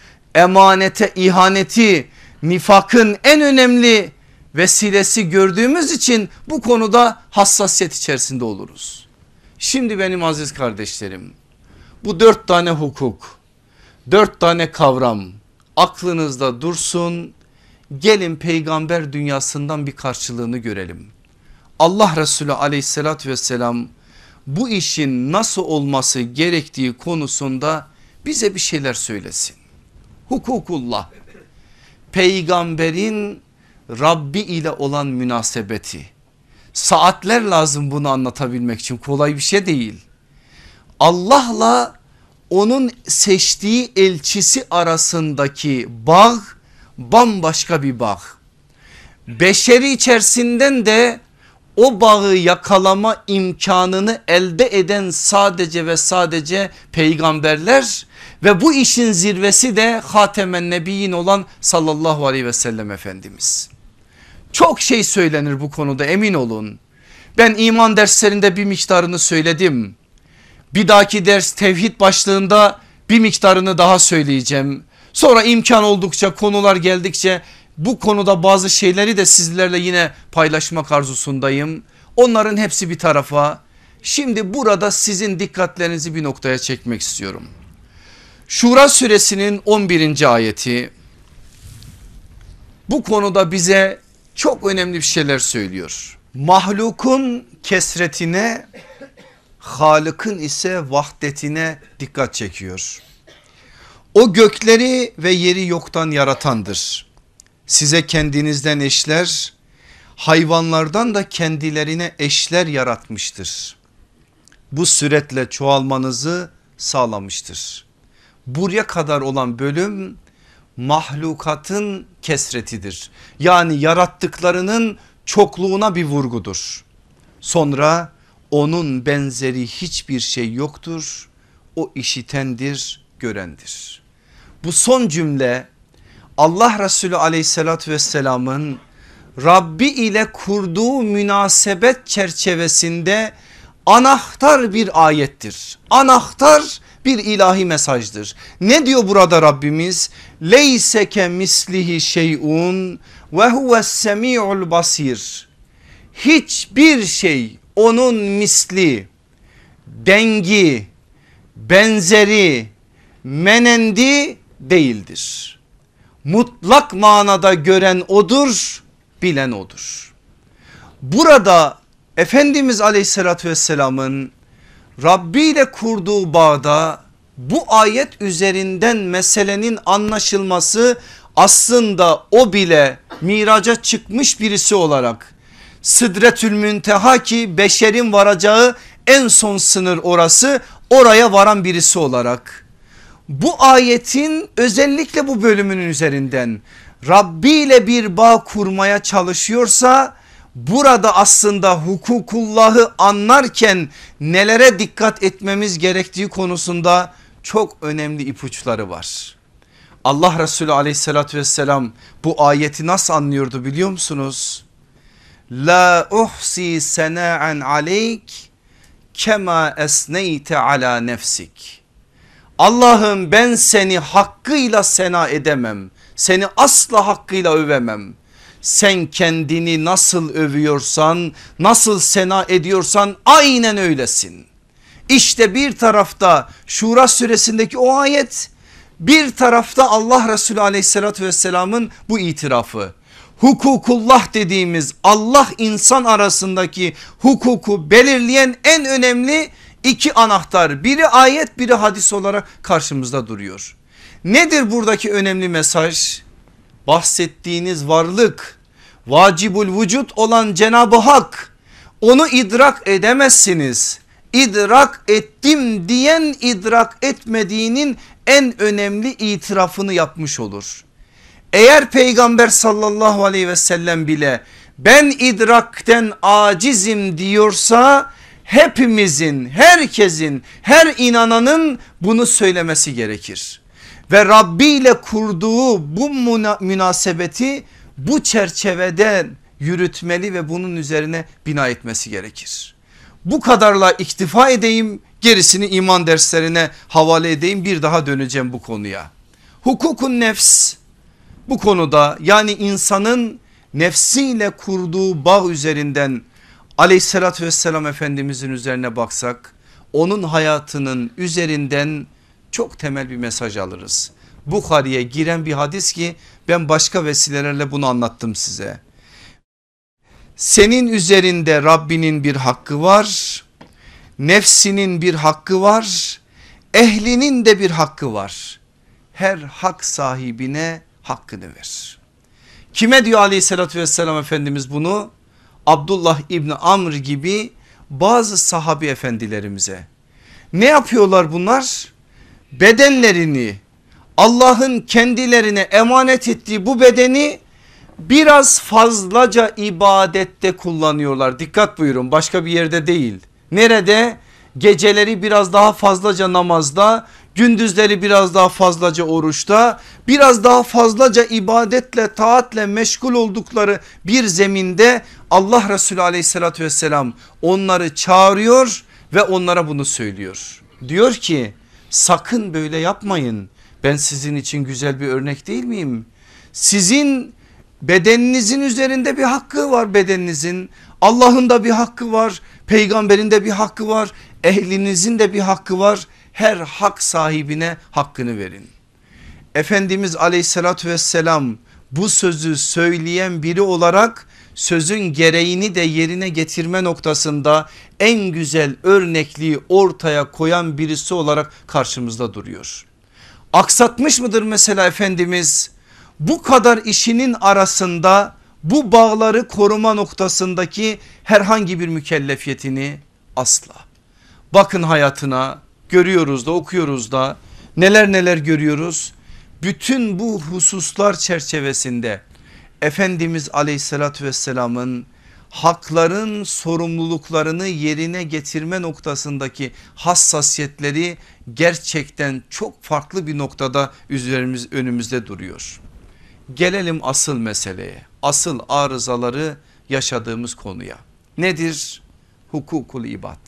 S1: Emanete ihaneti nifakın en önemli vesilesi gördüğümüz için bu konuda hassasiyet içerisinde oluruz. Şimdi benim aziz kardeşlerim, bu 4 tane hukuk, 4 tane kavram aklınızda dursun. Gelin peygamber dünyasından bir karşılığını görelim. Allah Resulü aleyhissalatü vesselam bu işin nasıl olması gerektiği konusunda bize bir şeyler söylesin. Hukukullah, peygamberin Rabbi ile olan münasebeti. Saatler lazım bunu anlatabilmek için, kolay bir şey değil. Allah'la onun seçtiği elçisi arasındaki bağ bambaşka bir bağ. Beşeri içerisinden de o bağı yakalama imkanını elde eden sadece ve sadece peygamberler ve bu işin zirvesi de Hatemen Nebiyyin olan sallallahu aleyhi ve sellem Efendimiz. Çok şey söylenir bu konuda, emin olun. Ben iman derslerinde bir miktarını söyledim. Bir dahaki ders tevhid başlığında bir miktarını daha söyleyeceğim. Sonra imkan oldukça, konular geldikçe bu konuda bazı şeyleri de sizlerle yine paylaşmak arzusundayım. Onların hepsi bir tarafa. Şimdi burada sizin dikkatlerinizi bir noktaya çekmek istiyorum. Şura suresinin 11. ayeti bu konuda bize çok önemli bir şeyler söylüyor. Mahlukun kesretine, Halık'ın ise vahdetine dikkat çekiyor. O gökleri ve yeri yoktan yaratandır. Size kendinizden eşler, hayvanlardan da kendilerine eşler yaratmıştır. Bu süretle çoğalmanızı sağlamıştır. Buraya kadar olan bölüm mahlukatın kesretidir. Yani yarattıklarının çokluğuna bir vurgudur. Sonra onun benzeri hiçbir şey yoktur. O işitendir, görendir. Bu son cümle Allah Resulü aleyhissalatü vesselamın Rabbi ile kurduğu münasebet çerçevesinde anahtar bir ayettir. Anahtar bir ilahi mesajdır. Ne diyor burada Rabbimiz? Leyse ke mislihi şey'un ve huves semi'ul basir. Hiçbir şey onun misli, dengi, benzeri, menendi değildir. Mutlak manada gören odur, bilen odur. Burada Efendimiz Aleyhisselatü Vesselam'ın Rabbi ile kurduğu bağda bu ayet üzerinden meselenin anlaşılması, aslında o bile miraca çıkmış birisi olarak Sıdretül Münteha, ki beşerin varacağı en son sınır orası, oraya varan birisi olarak bu ayetin özellikle bu bölümünün üzerinden Rabbi ile bir bağ kurmaya çalışıyorsa, burada aslında hukukullahı anlarken nelere dikkat etmemiz gerektiği konusunda çok önemli ipuçları var. Allah Resulü aleyhissalatü vesselam bu ayeti nasıl anlıyordu biliyor musunuz? La uhsi sena'an aleyk kema esneyte ala nefsik. Allah'ım ben seni hakkıyla sena edemem. Seni asla hakkıyla övemem. Sen kendini nasıl övüyorsan, nasıl sena ediyorsan aynen öylesin. İşte bir tarafta Şura suresindeki o ayet, bir tarafta Allah Resulü aleyhissalatü vesselamın bu itirafı. Hukukullah dediğimiz Allah insan arasındaki hukuku belirleyen en önemli iki anahtar, biri ayet biri hadis olarak karşımızda duruyor. Nedir buradaki önemli mesaj? Bahsettiğiniz varlık, vacibul vücut olan Cenab-ı Hak, onu idrak edemezsiniz. İdrak ettim diyen idrak etmediğinin en önemli itirafını yapmış olur. Eğer Peygamber sallallahu aleyhi ve sellem bile ben idrakten acizim diyorsa, hepimizin, herkesin, her inananın bunu söylemesi gerekir. Ve Rabbi ile kurduğu bu münasebeti bu çerçevede yürütmeli ve bunun üzerine bina etmesi gerekir. Bu kadarla iktifa edeyim, gerisini iman derslerine havale edeyim, bir daha döneceğim bu konuya. Hukukun nefs, bu konuda yani insanın nefsiyle kurduğu bağ üzerinden aleyhissalatü vesselam Efendimizin üzerine baksak, onun hayatının üzerinden çok temel bir mesaj alırız. Bukhari'ye giren bir hadis ki ben başka vesilelerle bunu anlattım size. Senin üzerinde Rabbinin bir hakkı var, nefsinin bir hakkı var, ehlinin de bir hakkı var. Her hak sahibine hakkını ver. Kime diyor aleyhissalatü vesselam Efendimiz bunu? Abdullah İbni Amr gibi bazı sahabi efendilerimize. Ne yapıyorlar bunlar? Bedenlerini, Allah'ın kendilerine emanet ettiği bu bedeni biraz fazlaca ibadette kullanıyorlar. Dikkat buyurun, başka bir yerde değil. Nerede? Geceleri biraz daha fazlaca namazda, gündüzleri biraz daha fazlaca oruçta, biraz daha fazlaca ibadetle, taatle meşgul oldukları bir zeminde Allah Resulü aleyhissalatü vesselam onları çağırıyor ve onlara bunu söylüyor. Diyor ki sakın böyle yapmayın, ben sizin için güzel bir örnek değil miyim? Sizin bedeninizin üzerinde bir hakkı var, bedeninizin Allah'ın da bir hakkı var, peygamberin de bir hakkı var, ehlinizin de bir hakkı var. Her hak sahibine hakkını verin. Efendimiz aleyhissalatü vesselam bu sözü söyleyen biri olarak sözün gereğini de yerine getirme noktasında en güzel örnekliği ortaya koyan birisi olarak karşımızda duruyor. Aksatmış mıdır mesela Efendimiz bu kadar işinin arasında bu bağları koruma noktasındaki herhangi bir mükellefiyetini? Asla. Bakın hayatına, görüyoruz da okuyoruz da neler neler görüyoruz. Bütün bu hususlar çerçevesinde Efendimiz aleyhissalatü vesselamın hakların sorumluluklarını yerine getirme noktasındaki hassasiyetleri gerçekten çok farklı bir noktada önümüzde duruyor. Gelelim asıl meseleye, asıl arızaları yaşadığımız konuya. Nedir? Hukukul ibad.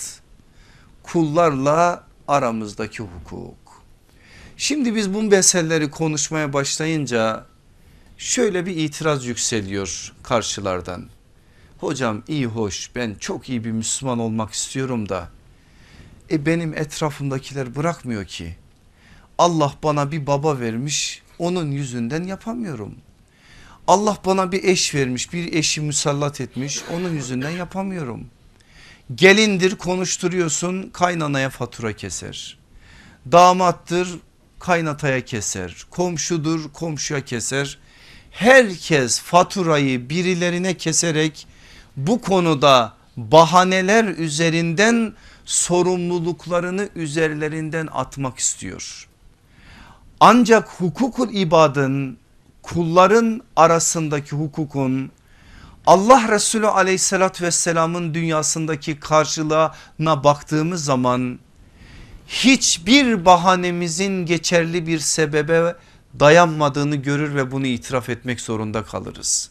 S1: Kullarla aramızdaki hukuk. Şimdi biz bu meseleleri konuşmaya başlayınca şöyle bir itiraz yükseliyor karşılardan. Hocam iyi hoş, ben çok iyi bir Müslüman olmak istiyorum da benim etrafımdakiler bırakmıyor ki. Allah bana bir baba vermiş, onun yüzünden yapamıyorum. Allah bana bir eş vermiş, bir eşi musallat etmiş, onun yüzünden yapamıyorum. Gelindir, konuşturuyorsun, kaynanaya fatura keser. Damattır, kaynataya keser. Komşudur, komşuya keser. Herkes faturayı birilerine keserek bu konuda bahaneler üzerinden sorumluluklarını üzerlerinden atmak istiyor. Ancak hukukul ibadın, kulların arasındaki hukukun Allah Resulü aleyhissalatü vesselamın dünyasındaki karşılığına baktığımız zaman hiçbir bahanemizin geçerli bir sebebe dayanmadığını görür ve bunu itiraf etmek zorunda kalırız.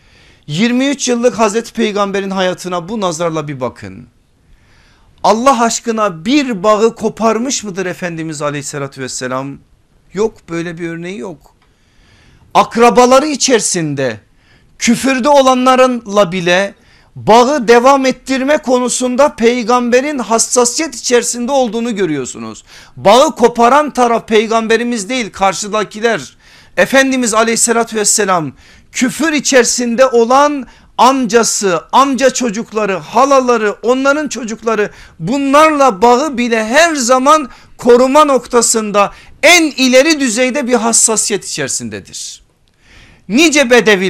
S1: 23 yıllık Hazreti Peygamber'in hayatına bu nazarla bir bakın. Allah aşkına bir bağı koparmış mıdır Efendimiz aleyhissalatü vesselam? Yok, böyle bir örneği yok. Akrabaları içerisinde küfürde olanlarla bile bağı devam ettirme konusunda peygamberin hassasiyet içerisinde olduğunu görüyorsunuz. Bağı koparan taraf peygamberimiz değil, karşıdakiler. Efendimiz aleyhissalatü vesselam küfür içerisinde olan amcası, amca çocukları, halaları, onların çocukları, bunlarla bağı bile her zaman koruma noktasında en ileri düzeyde bir hassasiyet içerisindedir. Nice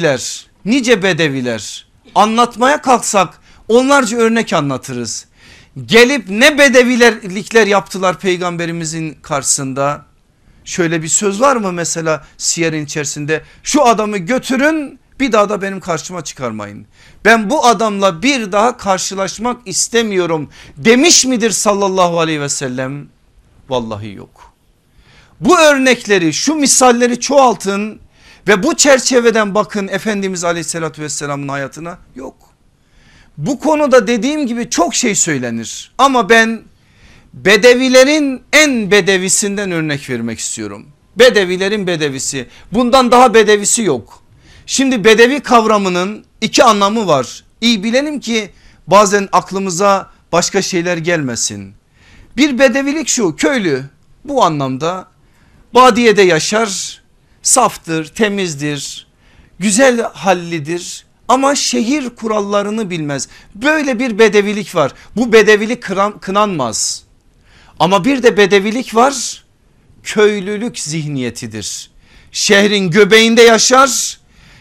S1: bedeviler anlatmaya kalksak onlarca örnek anlatırız. Gelip ne bedevilerlikler yaptılar peygamberimizin karşısında. Şöyle bir söz var mı mesela siyerin içerisinde? Şu adamı götürün, bir daha da benim karşıma çıkarmayın. Ben bu adamla bir daha karşılaşmak istemiyorum demiş midir sallallahu aleyhi ve sellem? Vallahi yok. Bu örnekleri, şu misalleri çoğaltın ve bu çerçeveden bakın Efendimiz aleyhissalatü vesselamın hayatına. Yok. Bu konuda dediğim gibi çok şey söylenir ama ben bedevilerin en bedevisinden örnek vermek istiyorum. Bedevilerin bedevisi, bundan daha bedevisi yok. Şimdi bedevi kavramının iki anlamı var. İyi bilelim ki bazen aklımıza başka şeyler gelmesin. Bir bedevilik şu, köylü, bu anlamda badiyede yaşar, saftır, temizdir, güzel hallidir ama şehir kurallarını bilmez. Böyle bir bedevilik var. Bu bedevilik kınanmaz. Ama bir de bedevilik var, köylülük zihniyetidir. Şehrin göbeğinde yaşar,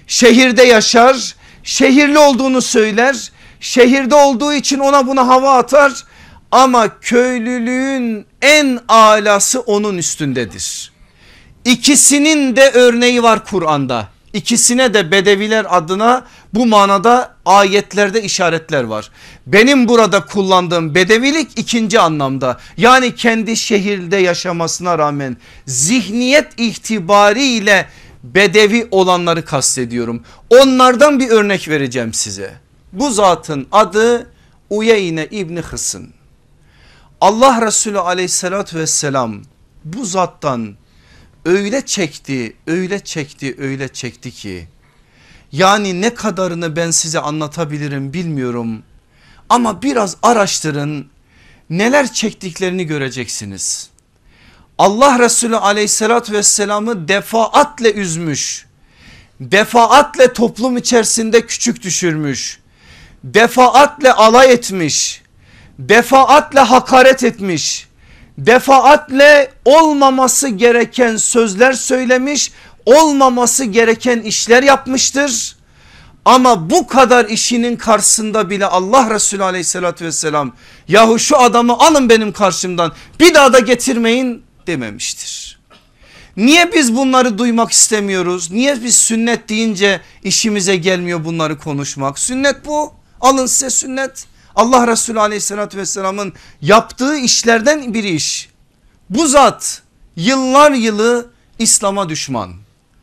S1: şehirde yaşar, şehirli olduğunu söyler, şehirde olduğu için ona buna hava atar ama köylülüğün en alası onun üstündedir. İkisinin de örneği var Kur'an'da. İkisine de Bedeviler adına bu manada ayetlerde işaretler var. Benim burada kullandığım bedevilik ikinci anlamda, yani kendi şehirde yaşamasına rağmen zihniyet itibariyle bedevi olanları kastediyorum. Onlardan bir örnek vereceğim size. Bu zatın adı Uyeyne İbni Hısn. Allah Resulü aleyhissalatü vesselam bu zattan öyle çekti, öyle çekti, öyle çekti ki yani ne kadarını ben size anlatabilirim bilmiyorum ama biraz araştırın, neler çektiklerini göreceksiniz. Allah Resulü aleyhissalatü vesselamı defaatle üzmüş, defaatle toplum içerisinde küçük düşürmüş, defaatle alay etmiş, defaatle hakaret etmiş, defaatle olmaması gereken sözler söylemiş, olmaması gereken işler yapmıştır. Ama bu kadar işinin karşısında bile Allah Resulü aleyhissalatü vesselam yahu şu adamı alın benim karşımdan, bir daha da getirmeyin dememiştir. Niye biz bunları duymak istemiyoruz? Niye biz sünnet deyince işimize gelmiyor bunları konuşmak? Sünnet bu, alın size sünnet. Allah Resulü aleyhissalatü vesselamın yaptığı işlerden bir iş. Bu zat yıllar yılı İslam'a düşman.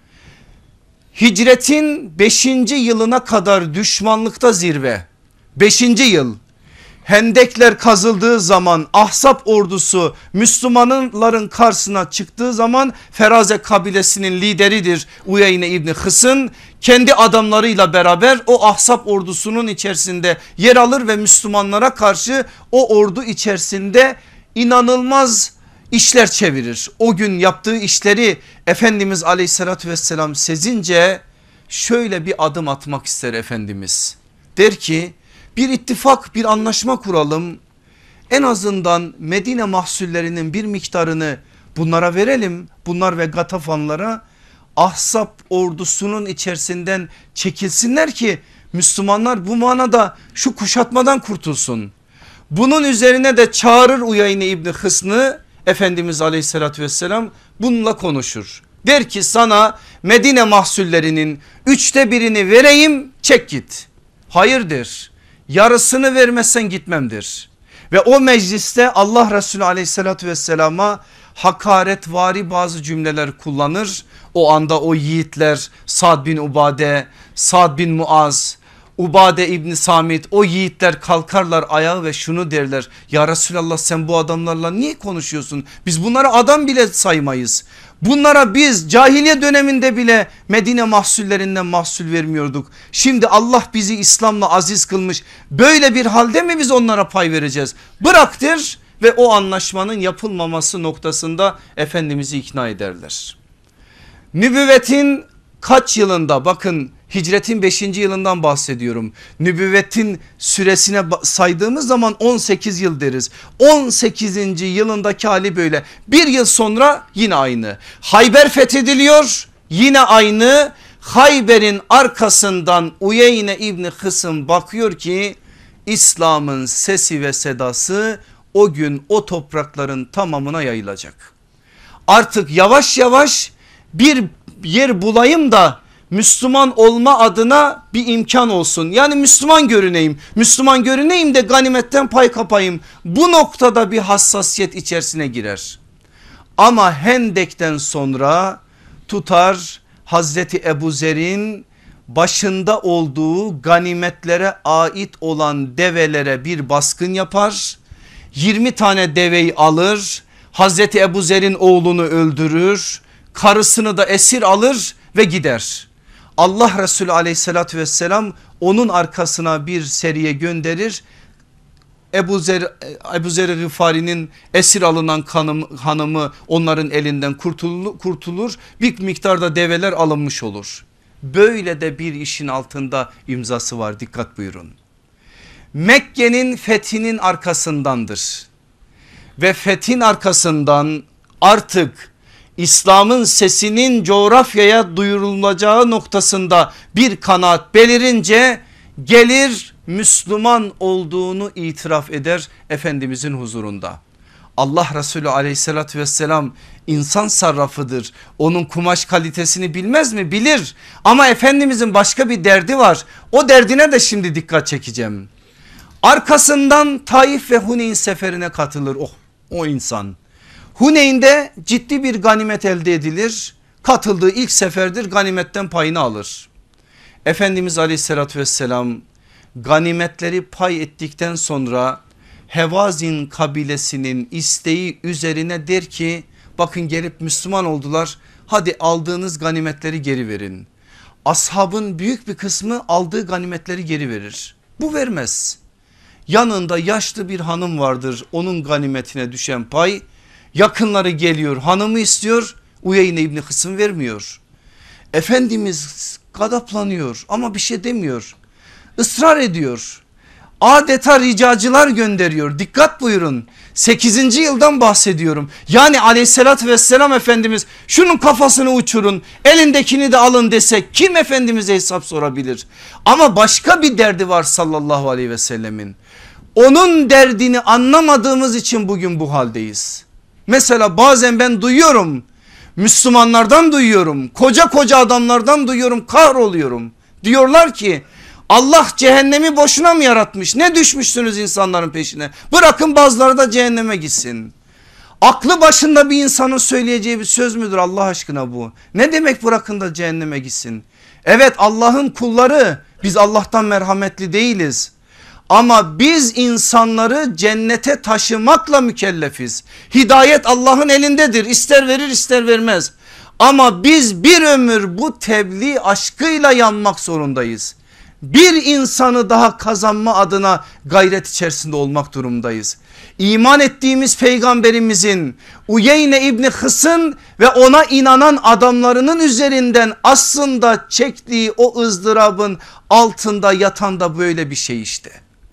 S1: Hicretin 5. yılına kadar düşmanlıkta zirve. 5. yıl hendekler kazıldığı zaman Ahzab ordusu Müslümanların karşısına çıktığı zaman Feraze kabilesinin lideridir Uyeyne İbni Hısn. Kendi adamlarıyla beraber o Ahzab ordusunun içerisinde yer alır ve Müslümanlara karşı o ordu içerisinde inanılmaz işler çevirir. O gün yaptığı işleri Efendimiz aleyhissalatü vesselam sezince şöyle bir adım atmak ister Efendimiz. Der ki bir ittifak, bir anlaşma kuralım. En azından Medine mahsullerinin bir miktarını bunlara verelim. Bunlar ve Gatafanlara, Ahzab ordusunun içerisinden çekilsinler ki Müslümanlar bu manada şu kuşatmadan kurtulsun. Bunun üzerine de çağırır Uyeyne İbni Hısn'ı, Efendimiz aleyhissalatü vesselam bununla konuşur. Der ki sana Medine mahsullerinin 1/3'ünü vereyim, çek git. Hayırdır, yarısını vermezsen gitmemdir. Ve o mecliste Allah Resulü aleyhissalatü vesselama hakaretvari bazı cümleler kullanır. O anda o yiğitler Sa'd bin Ubade, Sa'd bin Muaz, Ubade İbni Samit, o yiğitler kalkarlar ayağa ve şunu derler: ya Resulallah sen bu adamlarla niye konuşuyorsun? Biz bunlara adam bile saymayız. Bunlara biz cahiliye döneminde bile Medine mahsullerinden mahsul vermiyorduk. Şimdi Allah bizi İslam'la aziz kılmış, böyle bir halde mi biz onlara pay vereceğiz? Bıraktır ve o anlaşmanın yapılmaması noktasında Efendimiz'i ikna ederler. Nübüvvetin kaç yılında, bakın hicretin 5. yılından bahsediyorum. Nübüvvetin süresine saydığımız zaman 18 yıl deriz. 18. yılındaki hali böyle. Bir yıl sonra yine aynı. Hayber fethediliyor, yine aynı. Hayber'in arkasından Uyeyne İbni Hısn bakıyor ki İslam'ın sesi ve sedası o gün o toprakların tamamına yayılacak. Artık yavaş yavaş bir yer bulayım da Müslüman olma adına bir imkan olsun. Yani Müslüman görüneyim. Müslüman görüneyim de ganimetten pay kapayım. Bu noktada bir hassasiyet içerisine girer. Ama Hendek'ten sonra tutar Hazreti Ebu Zer'in başında olduğu ganimetlere ait olan develere bir baskın yapar. 20 tane deveyi alır. Hazreti Ebu Zer'in oğlunu öldürür. Karısını da esir alır ve gider. Allah Resulü aleyhissalatü vesselam onun arkasına bir seriye gönderir. Ebu Zer Gıfari'nin esir alınan hanımı onların elinden kurtulur. Bir miktarda develer alınmış olur. Böyle de bir işin altında imzası var, dikkat buyurun. Mekke'nin fethinin arkasındandır. Ve fethin arkasından artık İslam'ın sesinin coğrafyaya duyurulacağı noktasında bir kanaat belirince gelir Müslüman olduğunu itiraf eder Efendimizin huzurunda. Allah Resulü aleyhissalatü vesselam insan sarrafıdır. Onun kumaş kalitesini bilmez mi? Bilir. Ama Efendimizin başka bir derdi var. O derdine de şimdi dikkat çekeceğim. Arkasından Taif ve Huneyn seferine katılır o insan. Huneyn'de ciddi bir ganimet elde edilir. Katıldığı ilk seferdir, ganimetten payını alır. Efendimiz aleyhissalatü vesselam ganimetleri pay ettikten sonra Hevazin kabilesinin isteği üzerine der ki bakın gelip Müslüman oldular, hadi aldığınız ganimetleri geri verin. Ashabın büyük bir kısmı aldığı ganimetleri geri verir. Bu vermez. Yanında yaşlı bir hanım vardır, onun ganimetine düşen pay. Yakınları geliyor, hanımı istiyor, Uyeyne İbni Hısın vermiyor. Efendimiz gadaplanıyor ama bir şey demiyor. Israr ediyor. Adeta ricacılar gönderiyor. Dikkat buyurun, 8. yıldan bahsediyorum. Yani aleyhissalatü vesselam Efendimiz şunun kafasını uçurun, elindekini de alın desek kim Efendimiz'e hesap sorabilir? Ama başka bir derdi var sallallahu aleyhi ve sellemin. Onun derdini anlamadığımız için bugün bu haldeyiz. Mesela bazen ben duyuyorum, Müslümanlardan duyuyorum, koca adamlardan duyuyorum, kahroluyorum. Diyorlar ki Allah cehennemi boşuna mı yaratmış? Ne düşmüşsünüz insanların peşine? Bırakın bazıları da cehenneme gitsin. Aklı başında bir insanın söyleyeceği bir söz müdür Allah aşkına bu? Ne demek bırakın da cehenneme gitsin? Evet, Allah'ın kulları, biz Allah'tan merhametli değiliz. Ama biz insanları cennete taşımakla mükellefiz. Hidayet Allah'ın elindedir, ister verir ister vermez. Ama biz bir ömür bu tebliğ aşkıyla yanmak zorundayız. Bir insanı daha kazanma adına gayret içerisinde olmak durumundayız. İman ettiğimiz peygamberimizin Uyeyne İbni Hısın ve ona inanan adamlarının üzerinden aslında çektiği o ızdırabın altında yatan da böyle bir şey işte.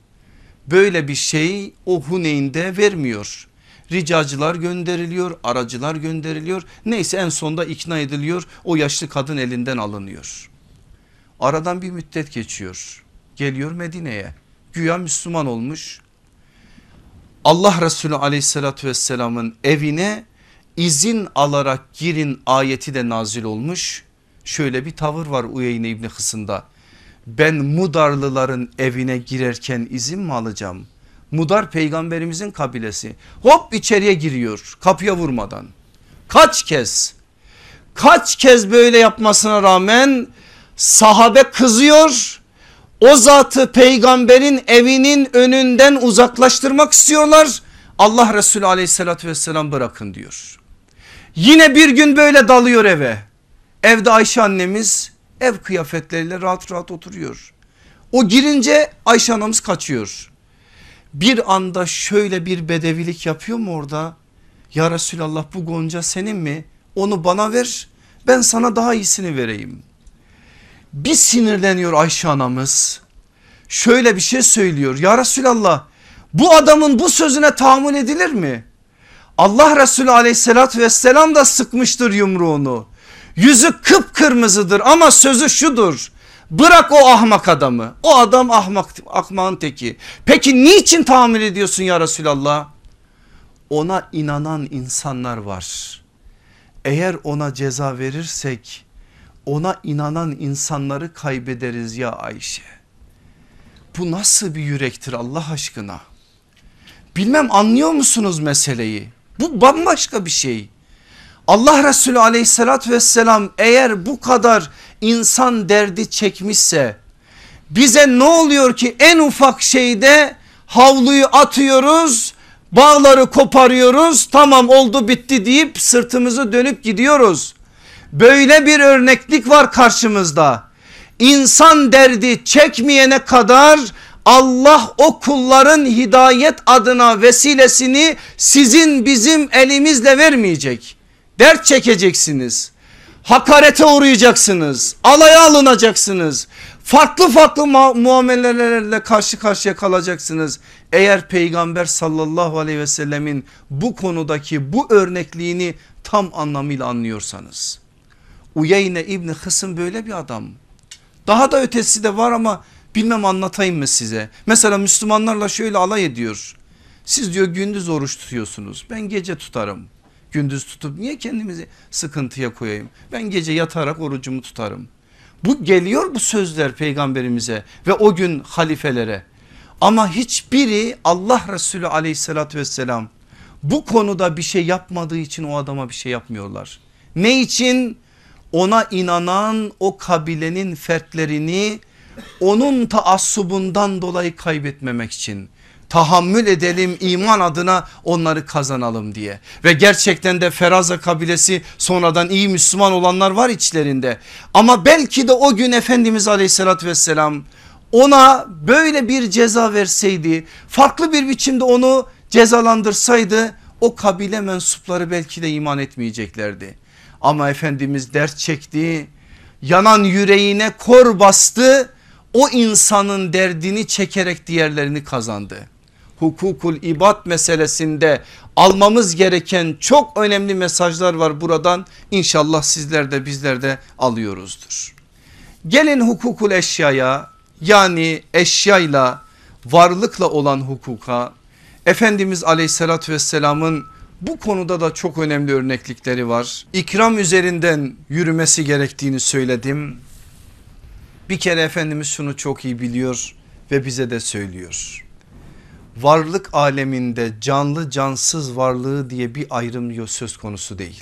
S1: Böyle bir şey o Huneyn'de vermiyor. Ricacılar gönderiliyor, aracılar gönderiliyor. Neyse en sonunda ikna ediliyor, o yaşlı kadın elinden alınıyor. Aradan bir müddet geçiyor. Geliyor Medine'ye. Güya Müslüman olmuş. Allah Resulü aleyhissalatü vesselamın evine izin alarak girin ayeti de nazil olmuş. Şöyle bir tavır var Uyeyne İbni Hısın'da. Ben Mudarlıların evine girerken izin mi alacağım? Mudar peygamberimizin kabilesi. Hop içeriye giriyor kapıya vurmadan. Kaç kez böyle yapmasına rağmen sahabe kızıyor. O zatı peygamberin evinin önünden uzaklaştırmak istiyorlar. Allah Resulü aleyhissalatü vesselam bırakın diyor. Yine bir gün böyle dalıyor eve. Evde Ayşe annemiz ev kıyafetleriyle rahat rahat oturuyor. O girince Ayşe anamız kaçıyor. Bir anda şöyle bir bedevilik yapıyor mu orada? Ya Resulallah, bu gonca senin mi? Onu bana ver, ben sana daha iyisini vereyim. Bir sinirleniyor Ayşe anamız. Şöyle bir şey söylüyor. Ya Resulallah, bu adamın bu sözüne tahammül edilir mi? Allah Resulü aleyhissalatü vesselam da sıkmıştır yumruğunu. Yüzü kıpkırmızıdır ama sözü şudur: bırak o ahmak adamı. O adam ahmağın teki. Peki niçin tahammül ediyorsun ya Resulallah? Ona inanan insanlar var. Eğer ona ceza verirsek ona inanan insanları kaybederiz ya Ayşe. Bu nasıl bir yürektir Allah aşkına? Bilmem anlıyor musunuz meseleyi? Bu bambaşka bir şey. Allah Resulü aleyhissalatü vesselam eğer bu kadar insan derdi çekmişse bize ne oluyor ki en ufak şeyde havluyu atıyoruz, bağları koparıyoruz, tamam oldu bitti deyip sırtımızı dönüp gidiyoruz. Böyle bir örneklik var karşımızda. İnsan derdi çekmeyene kadar Allah o kulların hidayet adına vesilesini sizin bizim elimizle vermeyecek. Dert çekeceksiniz, hakarete uğrayacaksınız, alaya alınacaksınız, farklı muamelelerle karşı karşıya kalacaksınız. Eğer peygamber sallallahu aleyhi ve sellemin bu konudaki bu örnekliğini tam anlamıyla anlıyorsanız. Uyeyne İbni Hısım böyle bir adam. Daha da ötesi de var ama bilmem anlatayım mı size. Mesela Müslümanlarla şöyle alay ediyor. Siz diyor gündüz oruç tutuyorsunuz, ben gece tutarım. Gündüz tutup niye kendimizi sıkıntıya koyayım? Ben gece yatarak orucumu tutarım. Bu geliyor bu sözler peygamberimize ve o gün halifelere. Ama hiçbiri Allah Resulü aleyhissalatü vesselam bu konuda bir şey yapmadığı için o adama bir şey yapmıyorlar. Ne için? Ona inanan o kabilenin fertlerini onun taassubundan dolayı kaybetmemek için. Tahammül edelim, iman adına onları kazanalım diye. Ve gerçekten de Feraza kabilesi sonradan iyi Müslüman olanlar var içlerinde. Ama belki de o gün Efendimiz aleyhissalatü vesselam ona böyle bir ceza verseydi, farklı bir biçimde onu cezalandırsaydı o kabile mensupları belki de iman etmeyeceklerdi. Ama Efendimiz dert çekti, yanan yüreğine kor bastı, o insanın derdini çekerek diğerlerini kazandı. Hukukul ibad meselesinde almamız gereken çok önemli mesajlar var buradan. İnşallah sizler de bizler de alıyoruzdur. Gelin hukukul eşyaya, yani eşyayla varlıkla olan hukuka. Efendimiz aleyhissalatü vesselamın bu konuda da çok önemli örneklikleri var. İkram üzerinden yürümesi gerektiğini söyledim. Bir kere Efendimiz şunu çok iyi biliyor ve bize de söylüyor. Varlık aleminde canlı cansız varlığı diye bir ayrım söz konusu değil.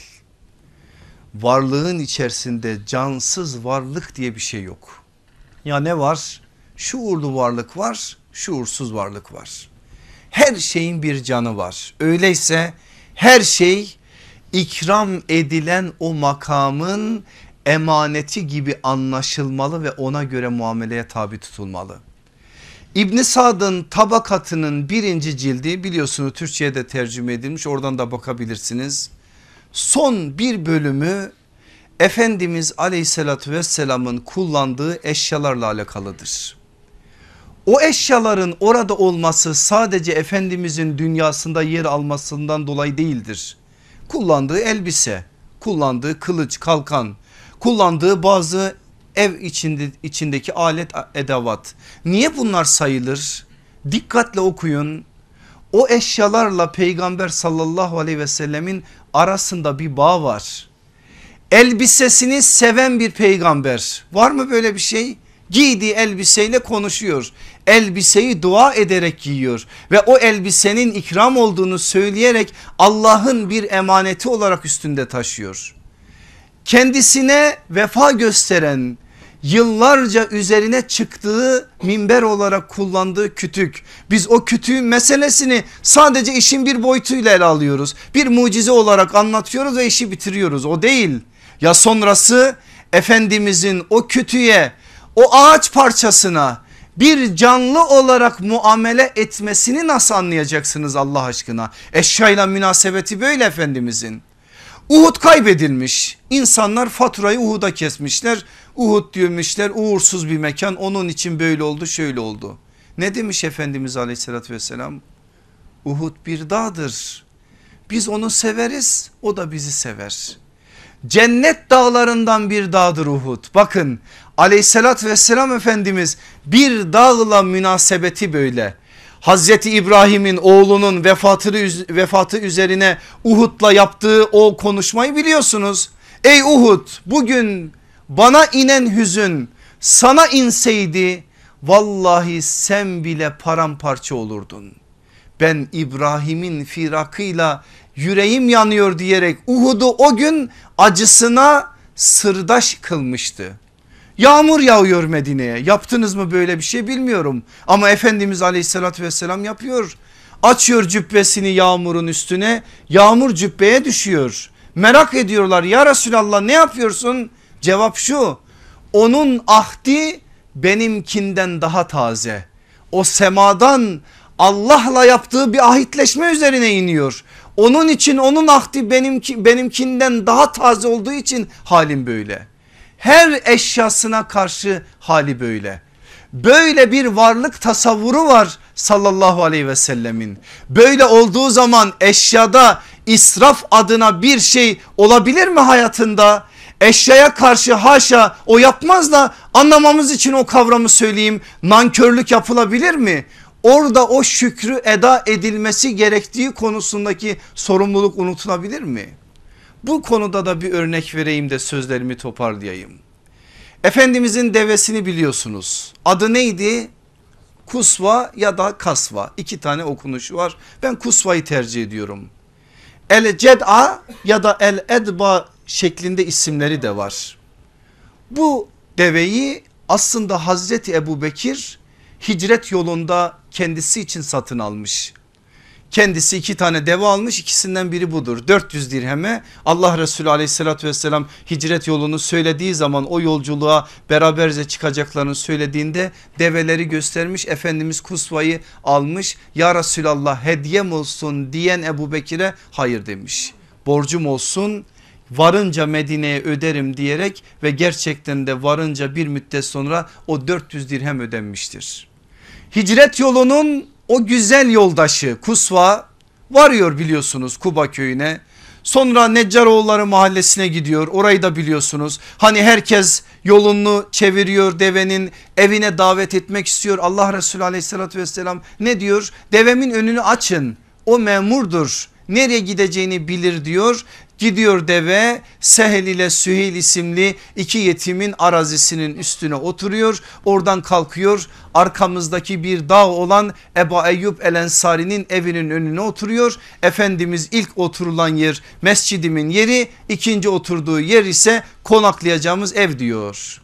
S1: Varlığın içerisinde cansız varlık diye bir şey yok. Ya ne var? Şuurlu varlık var, şuursuz varlık var. Her şeyin bir canı var. Öyleyse her şey ikram edilen o makamın emaneti gibi anlaşılmalı ve ona göre muameleye tabi tutulmalı. İbn Sad'ın Tabakatı'nın 1. cildi, biliyorsunuz Türkçe'ye de tercüme edilmiş, oradan da bakabilirsiniz. Son bir bölümü Efendimiz aleyhissalatü vesselamın kullandığı eşyalarla alakalıdır. O eşyaların orada olması sadece Efendimizin dünyasında yer almasından dolayı değildir. Kullandığı elbise, kullandığı kılıç, kalkan, kullandığı bazı ev içindeki alet edevat. Niye bunlar sayılır? Dikkatle okuyun. O eşyalarla Peygamber sallallahu aleyhi ve sellemin arasında bir bağ var. Elbisesini seven bir peygamber, var mı böyle bir şey? Giydiği elbiseyle konuşuyor. Elbiseyi dua ederek giyiyor ve o elbisenin ikram olduğunu söyleyerek Allah'ın bir emaneti olarak üstünde taşıyor. Kendisine vefa gösteren, yıllarca üzerine çıktığı minber olarak kullandığı kütük. Biz o kütüğün meselesini sadece işin bir boyutuyla ele alıyoruz. Bir mucize olarak anlatıyoruz ve işi bitiriyoruz. O değil. Ya sonrası Efendimizin o kütüğe, o ağaç parçasına bir canlı olarak muamele etmesini nasıl anlayacaksınız Allah aşkına? Eşyayla münasebeti böyle Efendimizin. Uhud kaybedilmiş, insanlar faturayı Uhud'a kesmişler. Uhud diyormuşlar, uğursuz bir mekan, onun için böyle oldu, şöyle oldu. Ne demiş Efendimiz aleyhissalatü vesselam? Uhud bir dağdır, biz onu severiz, o da bizi sever. Cennet dağlarından bir dağdır Uhud. Bakın aleyhissalatü vesselam Efendimiz bir dağla münasebeti böyle. Hazreti İbrahim'in oğlunun vefatı üzerine Uhud'la yaptığı o konuşmayı biliyorsunuz. Ey Uhud, bugün bana inen hüzün sana inseydi vallahi sen bile paramparça olurdun. Ben İbrahim'in firakıyla yüreğim yanıyor diyerek Uhud'u o gün acısına sırdaş kılmıştı. Yağmur yağıyor Medine'ye, yaptınız mı böyle bir şey bilmiyorum ama Efendimiz aleyhissalatü vesselam yapıyor. Açıyor cübbesini yağmurun üstüne, yağmur cübbeye düşüyor. Merak ediyorlar, ya Resulallah ne yapıyorsun? Cevap şu: onun ahdi benimkinden daha taze. O semadan Allah'la yaptığı bir ahitleşme üzerine iniyor. Onun için onun ahdi benimkinden daha taze olduğu için halim böyle. Her eşyasına karşı hali böyle. Böyle bir varlık tasavvuru var sallallahu aleyhi ve sellemin. Böyle olduğu zaman eşyada israf adına bir şey olabilir mi hayatında? Eşyaya karşı haşa o yapmaz da anlamamız için o kavramı söyleyeyim. Nankörlük yapılabilir mi? Orada o şükrü eda edilmesi gerektiği konusundaki sorumluluk unutulabilir mi? Bu konuda da bir örnek vereyim de sözlerimi toparlayayım. Efendimizin devesini biliyorsunuz. Adı neydi? Kusva ya da kasva, iki tane okunuşu var. Ben kusvayı tercih ediyorum. El ced'a ya da el edba şeklinde isimleri de var. Bu deveyi aslında Hazreti Ebubekir hicret yolunda kendisi için satın almış. Kendisi iki tane deve almış, ikisinden biri budur. 400 dirheme Allah Resulü aleyhissalatü vesselam hicret yolunu söylediği zaman, o yolculuğa beraberce çıkacaklarını söylediğinde develeri göstermiş. Efendimiz kusvayı almış. Ya Resulallah hediyem olsun diyen Ebubekir'e hayır demiş. Borcum olsun, varınca Medine'ye öderim diyerek ve gerçekten de varınca bir müddet sonra o 400 dirhem ödenmiştir. Hicret yolunun o güzel yoldaşı Kusva varıyor biliyorsunuz Kuba köyüne. Sonra Neccaroğulları mahallesine gidiyor, orayı da biliyorsunuz. Hani herkes yolunu çeviriyor, devenin evine davet etmek istiyor. Allah Resulü aleyhissalatü vesselam ne diyor? Devemin önünü açın, o memurdur, nereye gideceğini bilir diyor. Gidiyor deve, Sehel ile Süheyl isimli iki yetimin arazisinin üstüne oturuyor. Oradan kalkıyor, arkamızdaki bir dağ olan Ebu Eyyub el Ensari'nin evinin önüne oturuyor. Efendimiz ilk oturulan yer mescidimin yeri, ikinci oturduğu yer ise konaklayacağımız ev diyor.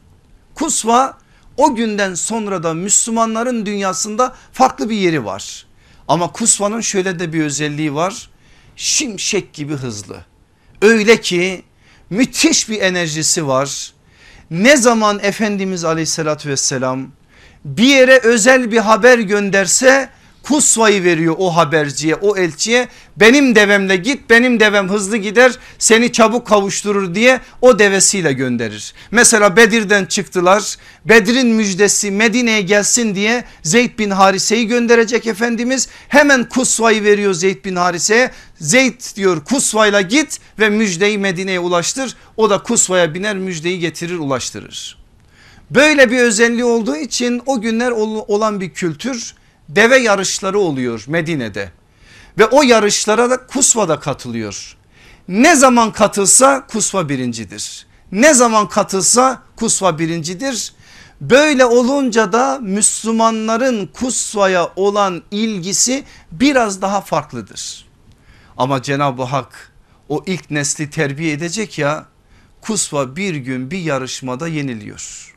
S1: Kusva o günden sonra da Müslümanların dünyasında farklı bir yeri var. Ama Kusva'nın şöyle de bir özelliği var: şimşek gibi hızlı. Öyle ki müthiş bir enerjisi var. Ne zaman Efendimiz aleyhissalatü vesselam bir yere özel bir haber gönderse Kusva'yı veriyor o haberciye, o elçiye. Benim devemle git, benim devem hızlı gider, seni çabuk kavuşturur diye o devesiyle gönderir. Mesela Bedir'den çıktılar, Bedir'in müjdesi Medine'ye gelsin diye Zeyd bin Harise'yi gönderecek Efendimiz. Hemen Kusva'yı veriyor Zeyd bin Harise'ye. Zeyd diyor Kusva'yla git ve müjdeyi Medine'ye ulaştır. O da Kusva'ya biner, müjdeyi getirir, ulaştırır. Böyle bir özelliği olduğu için o günler olan bir kültür, deve yarışları oluyor Medine'de ve o yarışlara da Kusva'da katılıyor. Ne zaman katılsa Kusva birincidir. Ne zaman katılsa Kusva birincidir. Böyle olunca da Müslümanların Kusva'ya olan ilgisi biraz daha farklıdır. Ama Cenab-ı Hak o ilk nesli terbiye edecek ya, Kusva bir gün bir yarışmada yeniliyor.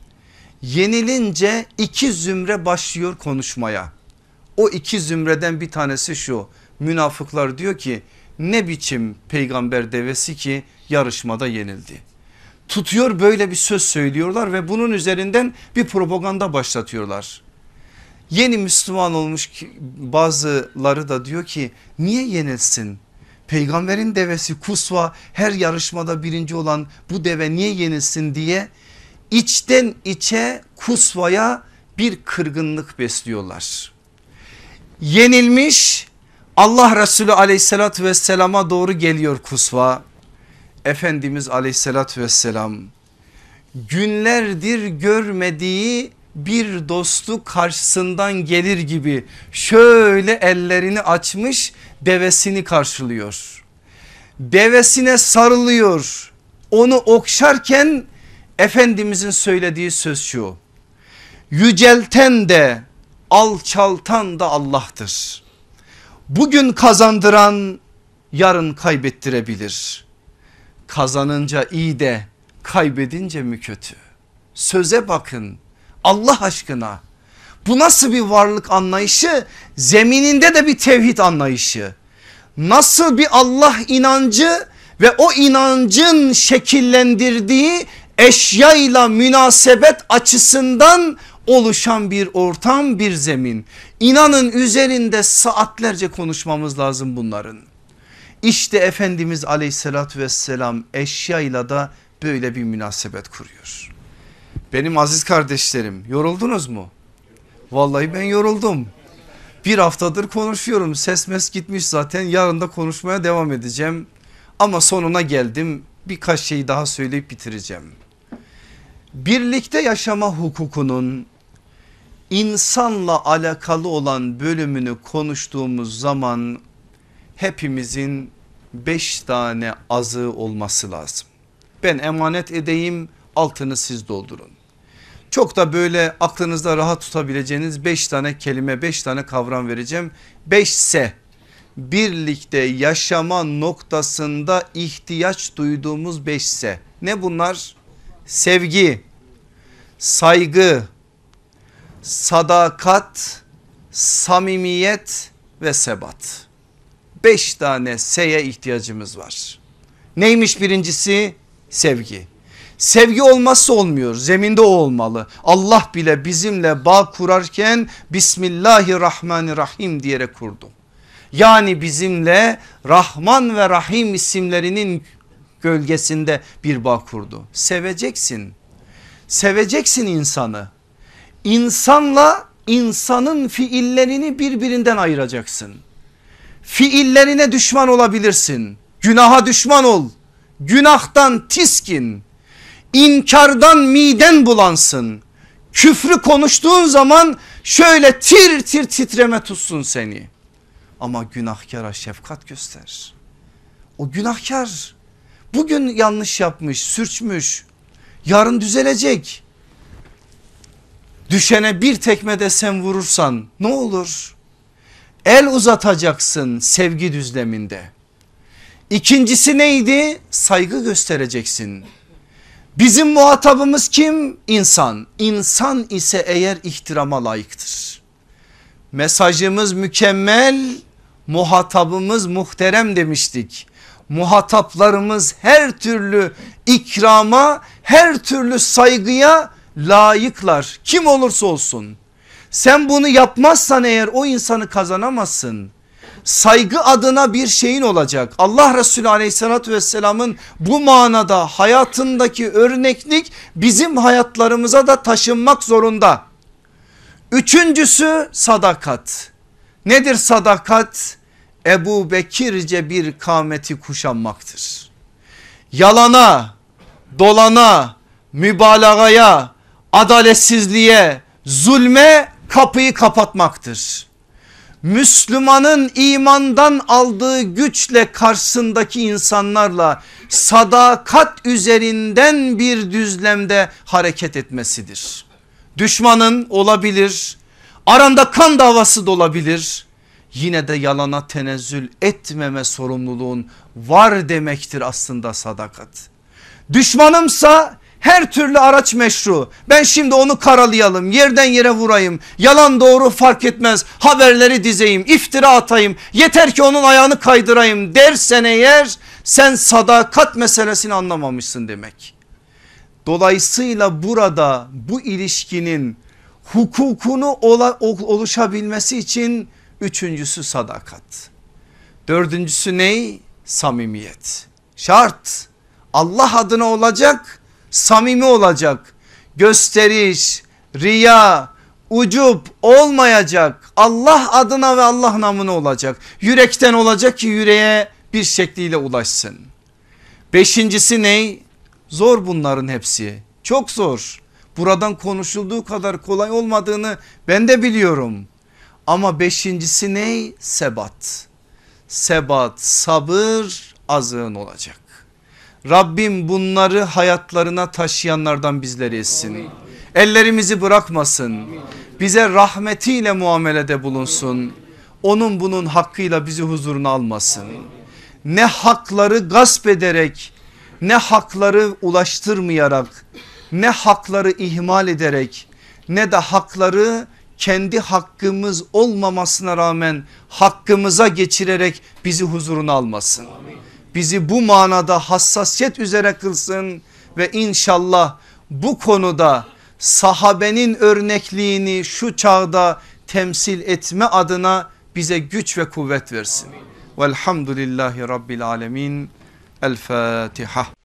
S1: Yenilince iki zümre başlıyor konuşmaya. O iki zümreden bir tanesi şu: münafıklar diyor ki ne biçim peygamber devesi ki yarışmada yenildi. Tutuyor böyle bir söz söylüyorlar ve bunun üzerinden bir propaganda başlatıyorlar. Yeni Müslüman olmuş bazıları da diyor ki niye yenilsin? Peygamberin devesi Kusva, her yarışmada birinci olan bu deve niye yenilsin diye içten içe Kusva'ya bir kırgınlık besliyorlar. Yenilmiş, Allah Resulü aleyhissalatü vesselama doğru geliyor Kusva. Efendimiz aleyhissalatü vesselam günlerdir görmediği bir dostu karşısından gelir gibi şöyle ellerini açmış devesini karşılıyor. Devesine sarılıyor, onu okşarken Efendimizin söylediği söz şu: yücelten de alçaltan da Allah'tır. Bugün kazandıran yarın kaybettirebilir. Kazanınca iyi de kaybedince mi kötü? Söze bakın Allah aşkına. Bu nasıl bir varlık anlayışı? Zemininde de bir tevhid anlayışı. Nasıl bir Allah inancı ve o inancın şekillendirdiği eşyayla münasebet açısından oluşan bir ortam, bir zemin. İnanın üzerinde saatlerce konuşmamız lazım bunların. İşte Efendimiz aleyhissalatü vesselam eşyayla da böyle bir münasebet kuruyor. Benim aziz kardeşlerim, yoruldunuz mu? Vallahi ben yoruldum. Bir haftadır konuşuyorum, ses mes gitmiş zaten, yarın da konuşmaya devam edeceğim. Ama sonuna geldim, birkaç şey daha söyleyip bitireceğim. Birlikte yaşama hukukunun insanla alakalı olan bölümünü konuştuğumuz zaman hepimizin 5 tane azığı olması lazım. Ben emanet edeyim, altını siz doldurun. Çok da böyle aklınızda rahat tutabileceğiniz 5 tane kelime, 5 tane kavram vereceğim. 5S, birlikte yaşama noktasında ihtiyaç duyduğumuz 5S. Ne bunlar? Sevgi, saygı, sadakat, samimiyet ve sebat. 5 tane S'ye ihtiyacımız var. Neymiş birincisi? Sevgi. Sevgi olmazsa olmuyor, zeminde o olmalı. Allah bile bizimle bağ kurarken Bismillahirrahmanirrahim diyerek kurdu. Yani bizimle Rahman ve Rahim isimlerinin gölgesinde bir bağ kurdu. Seveceksin, seveceksin insanı. İnsanla insanın fiillerini birbirinden ayıracaksın. Fiillerine düşman olabilirsin. Günaha düşman ol. Günahtan tiskin. İnkardan miden bulansın. Küfrü konuştuğun zaman şöyle tir tir titreme tutsun seni. Ama günahkara şefkat göster. O günahkar bugün yanlış yapmış, sürçmüş. Yarın düzelecek. Düşene bir tekme de sen vurursan ne olur? El uzatacaksın sevgi düzleminde. İkincisi neydi? Saygı göstereceksin. Bizim muhatabımız kim? İnsan. İnsan ise eğer ihtirama layıktır. Mesajımız mükemmel, muhatabımız muhterem demiştik. Muhataplarımız her türlü ikrama, her türlü saygıya layıklar. Kim olursa olsun. Sen bunu yapmazsan eğer o insanı kazanamazsın. Saygı adına bir şeyin olacak. Allah Resulü aleyhissalatü vesselamın bu manada hayatındaki örneklik bizim hayatlarımıza da taşınmak zorunda. Üçüncüsü sadakat. Nedir sadakat? Ebu Bekirce bir kâmeti kuşanmaktır. Yalana, dolana, mübalağaya, adaletsizliğe, zulme kapıyı kapatmaktır. Müslümanın imandan aldığı güçle karşısındaki insanlarla sadakat üzerinden bir düzlemde hareket etmesidir. Düşmanın olabilir, aranda kan davası da olabilir. Yine de yalana tenezzül etmeme sorumluluğun var demektir aslında sadakat. Düşmanımsa her türlü araç meşru. Ben şimdi onu karalayalım, yerden yere vurayım, yalan doğru fark etmez, haberleri dizeyim, iftira atayım, yeter ki onun ayağını kaydırayım dersen eğer sen sadakat meselesini anlamamışsın demek. Dolayısıyla burada bu ilişkinin hukukunu oluşabilmesi için üçüncüsü sadakat. Dördüncüsü ne? Samimiyet. Şart. Allah adına olacak, samimi olacak. Gösteriş, riya, ucup olmayacak. Allah adına ve Allah namına olacak. Yürekten olacak ki yüreğe bir şekliyle ulaşsın. Beşincisi ne? Zor bunların hepsi. Çok zor. Buradan konuşulduğu kadar kolay olmadığını ben de biliyorum. Ama beşincisi ne? Sebat. Sebat, sabır azığın olacak. Rabbim bunları hayatlarına taşıyanlardan bizleri etsin. Ellerimizi bırakmasın. Bize rahmetiyle muamelede bulunsun. Onun bunun hakkıyla bizi huzuruna almasın. Ne hakları gasp ederek, ne hakları ulaştırmayarak, ne hakları ihmal ederek, ne de hakları kendi hakkımız olmamasına rağmen hakkımıza geçirerek bizi huzuruna almasın. Bizi bu manada hassasiyet üzere kılsın ve inşallah bu konuda sahabenin örnekliğini şu çağda temsil etme adına bize güç ve kuvvet versin. Velhamdülillahi Rabbil alemin. El Fatiha.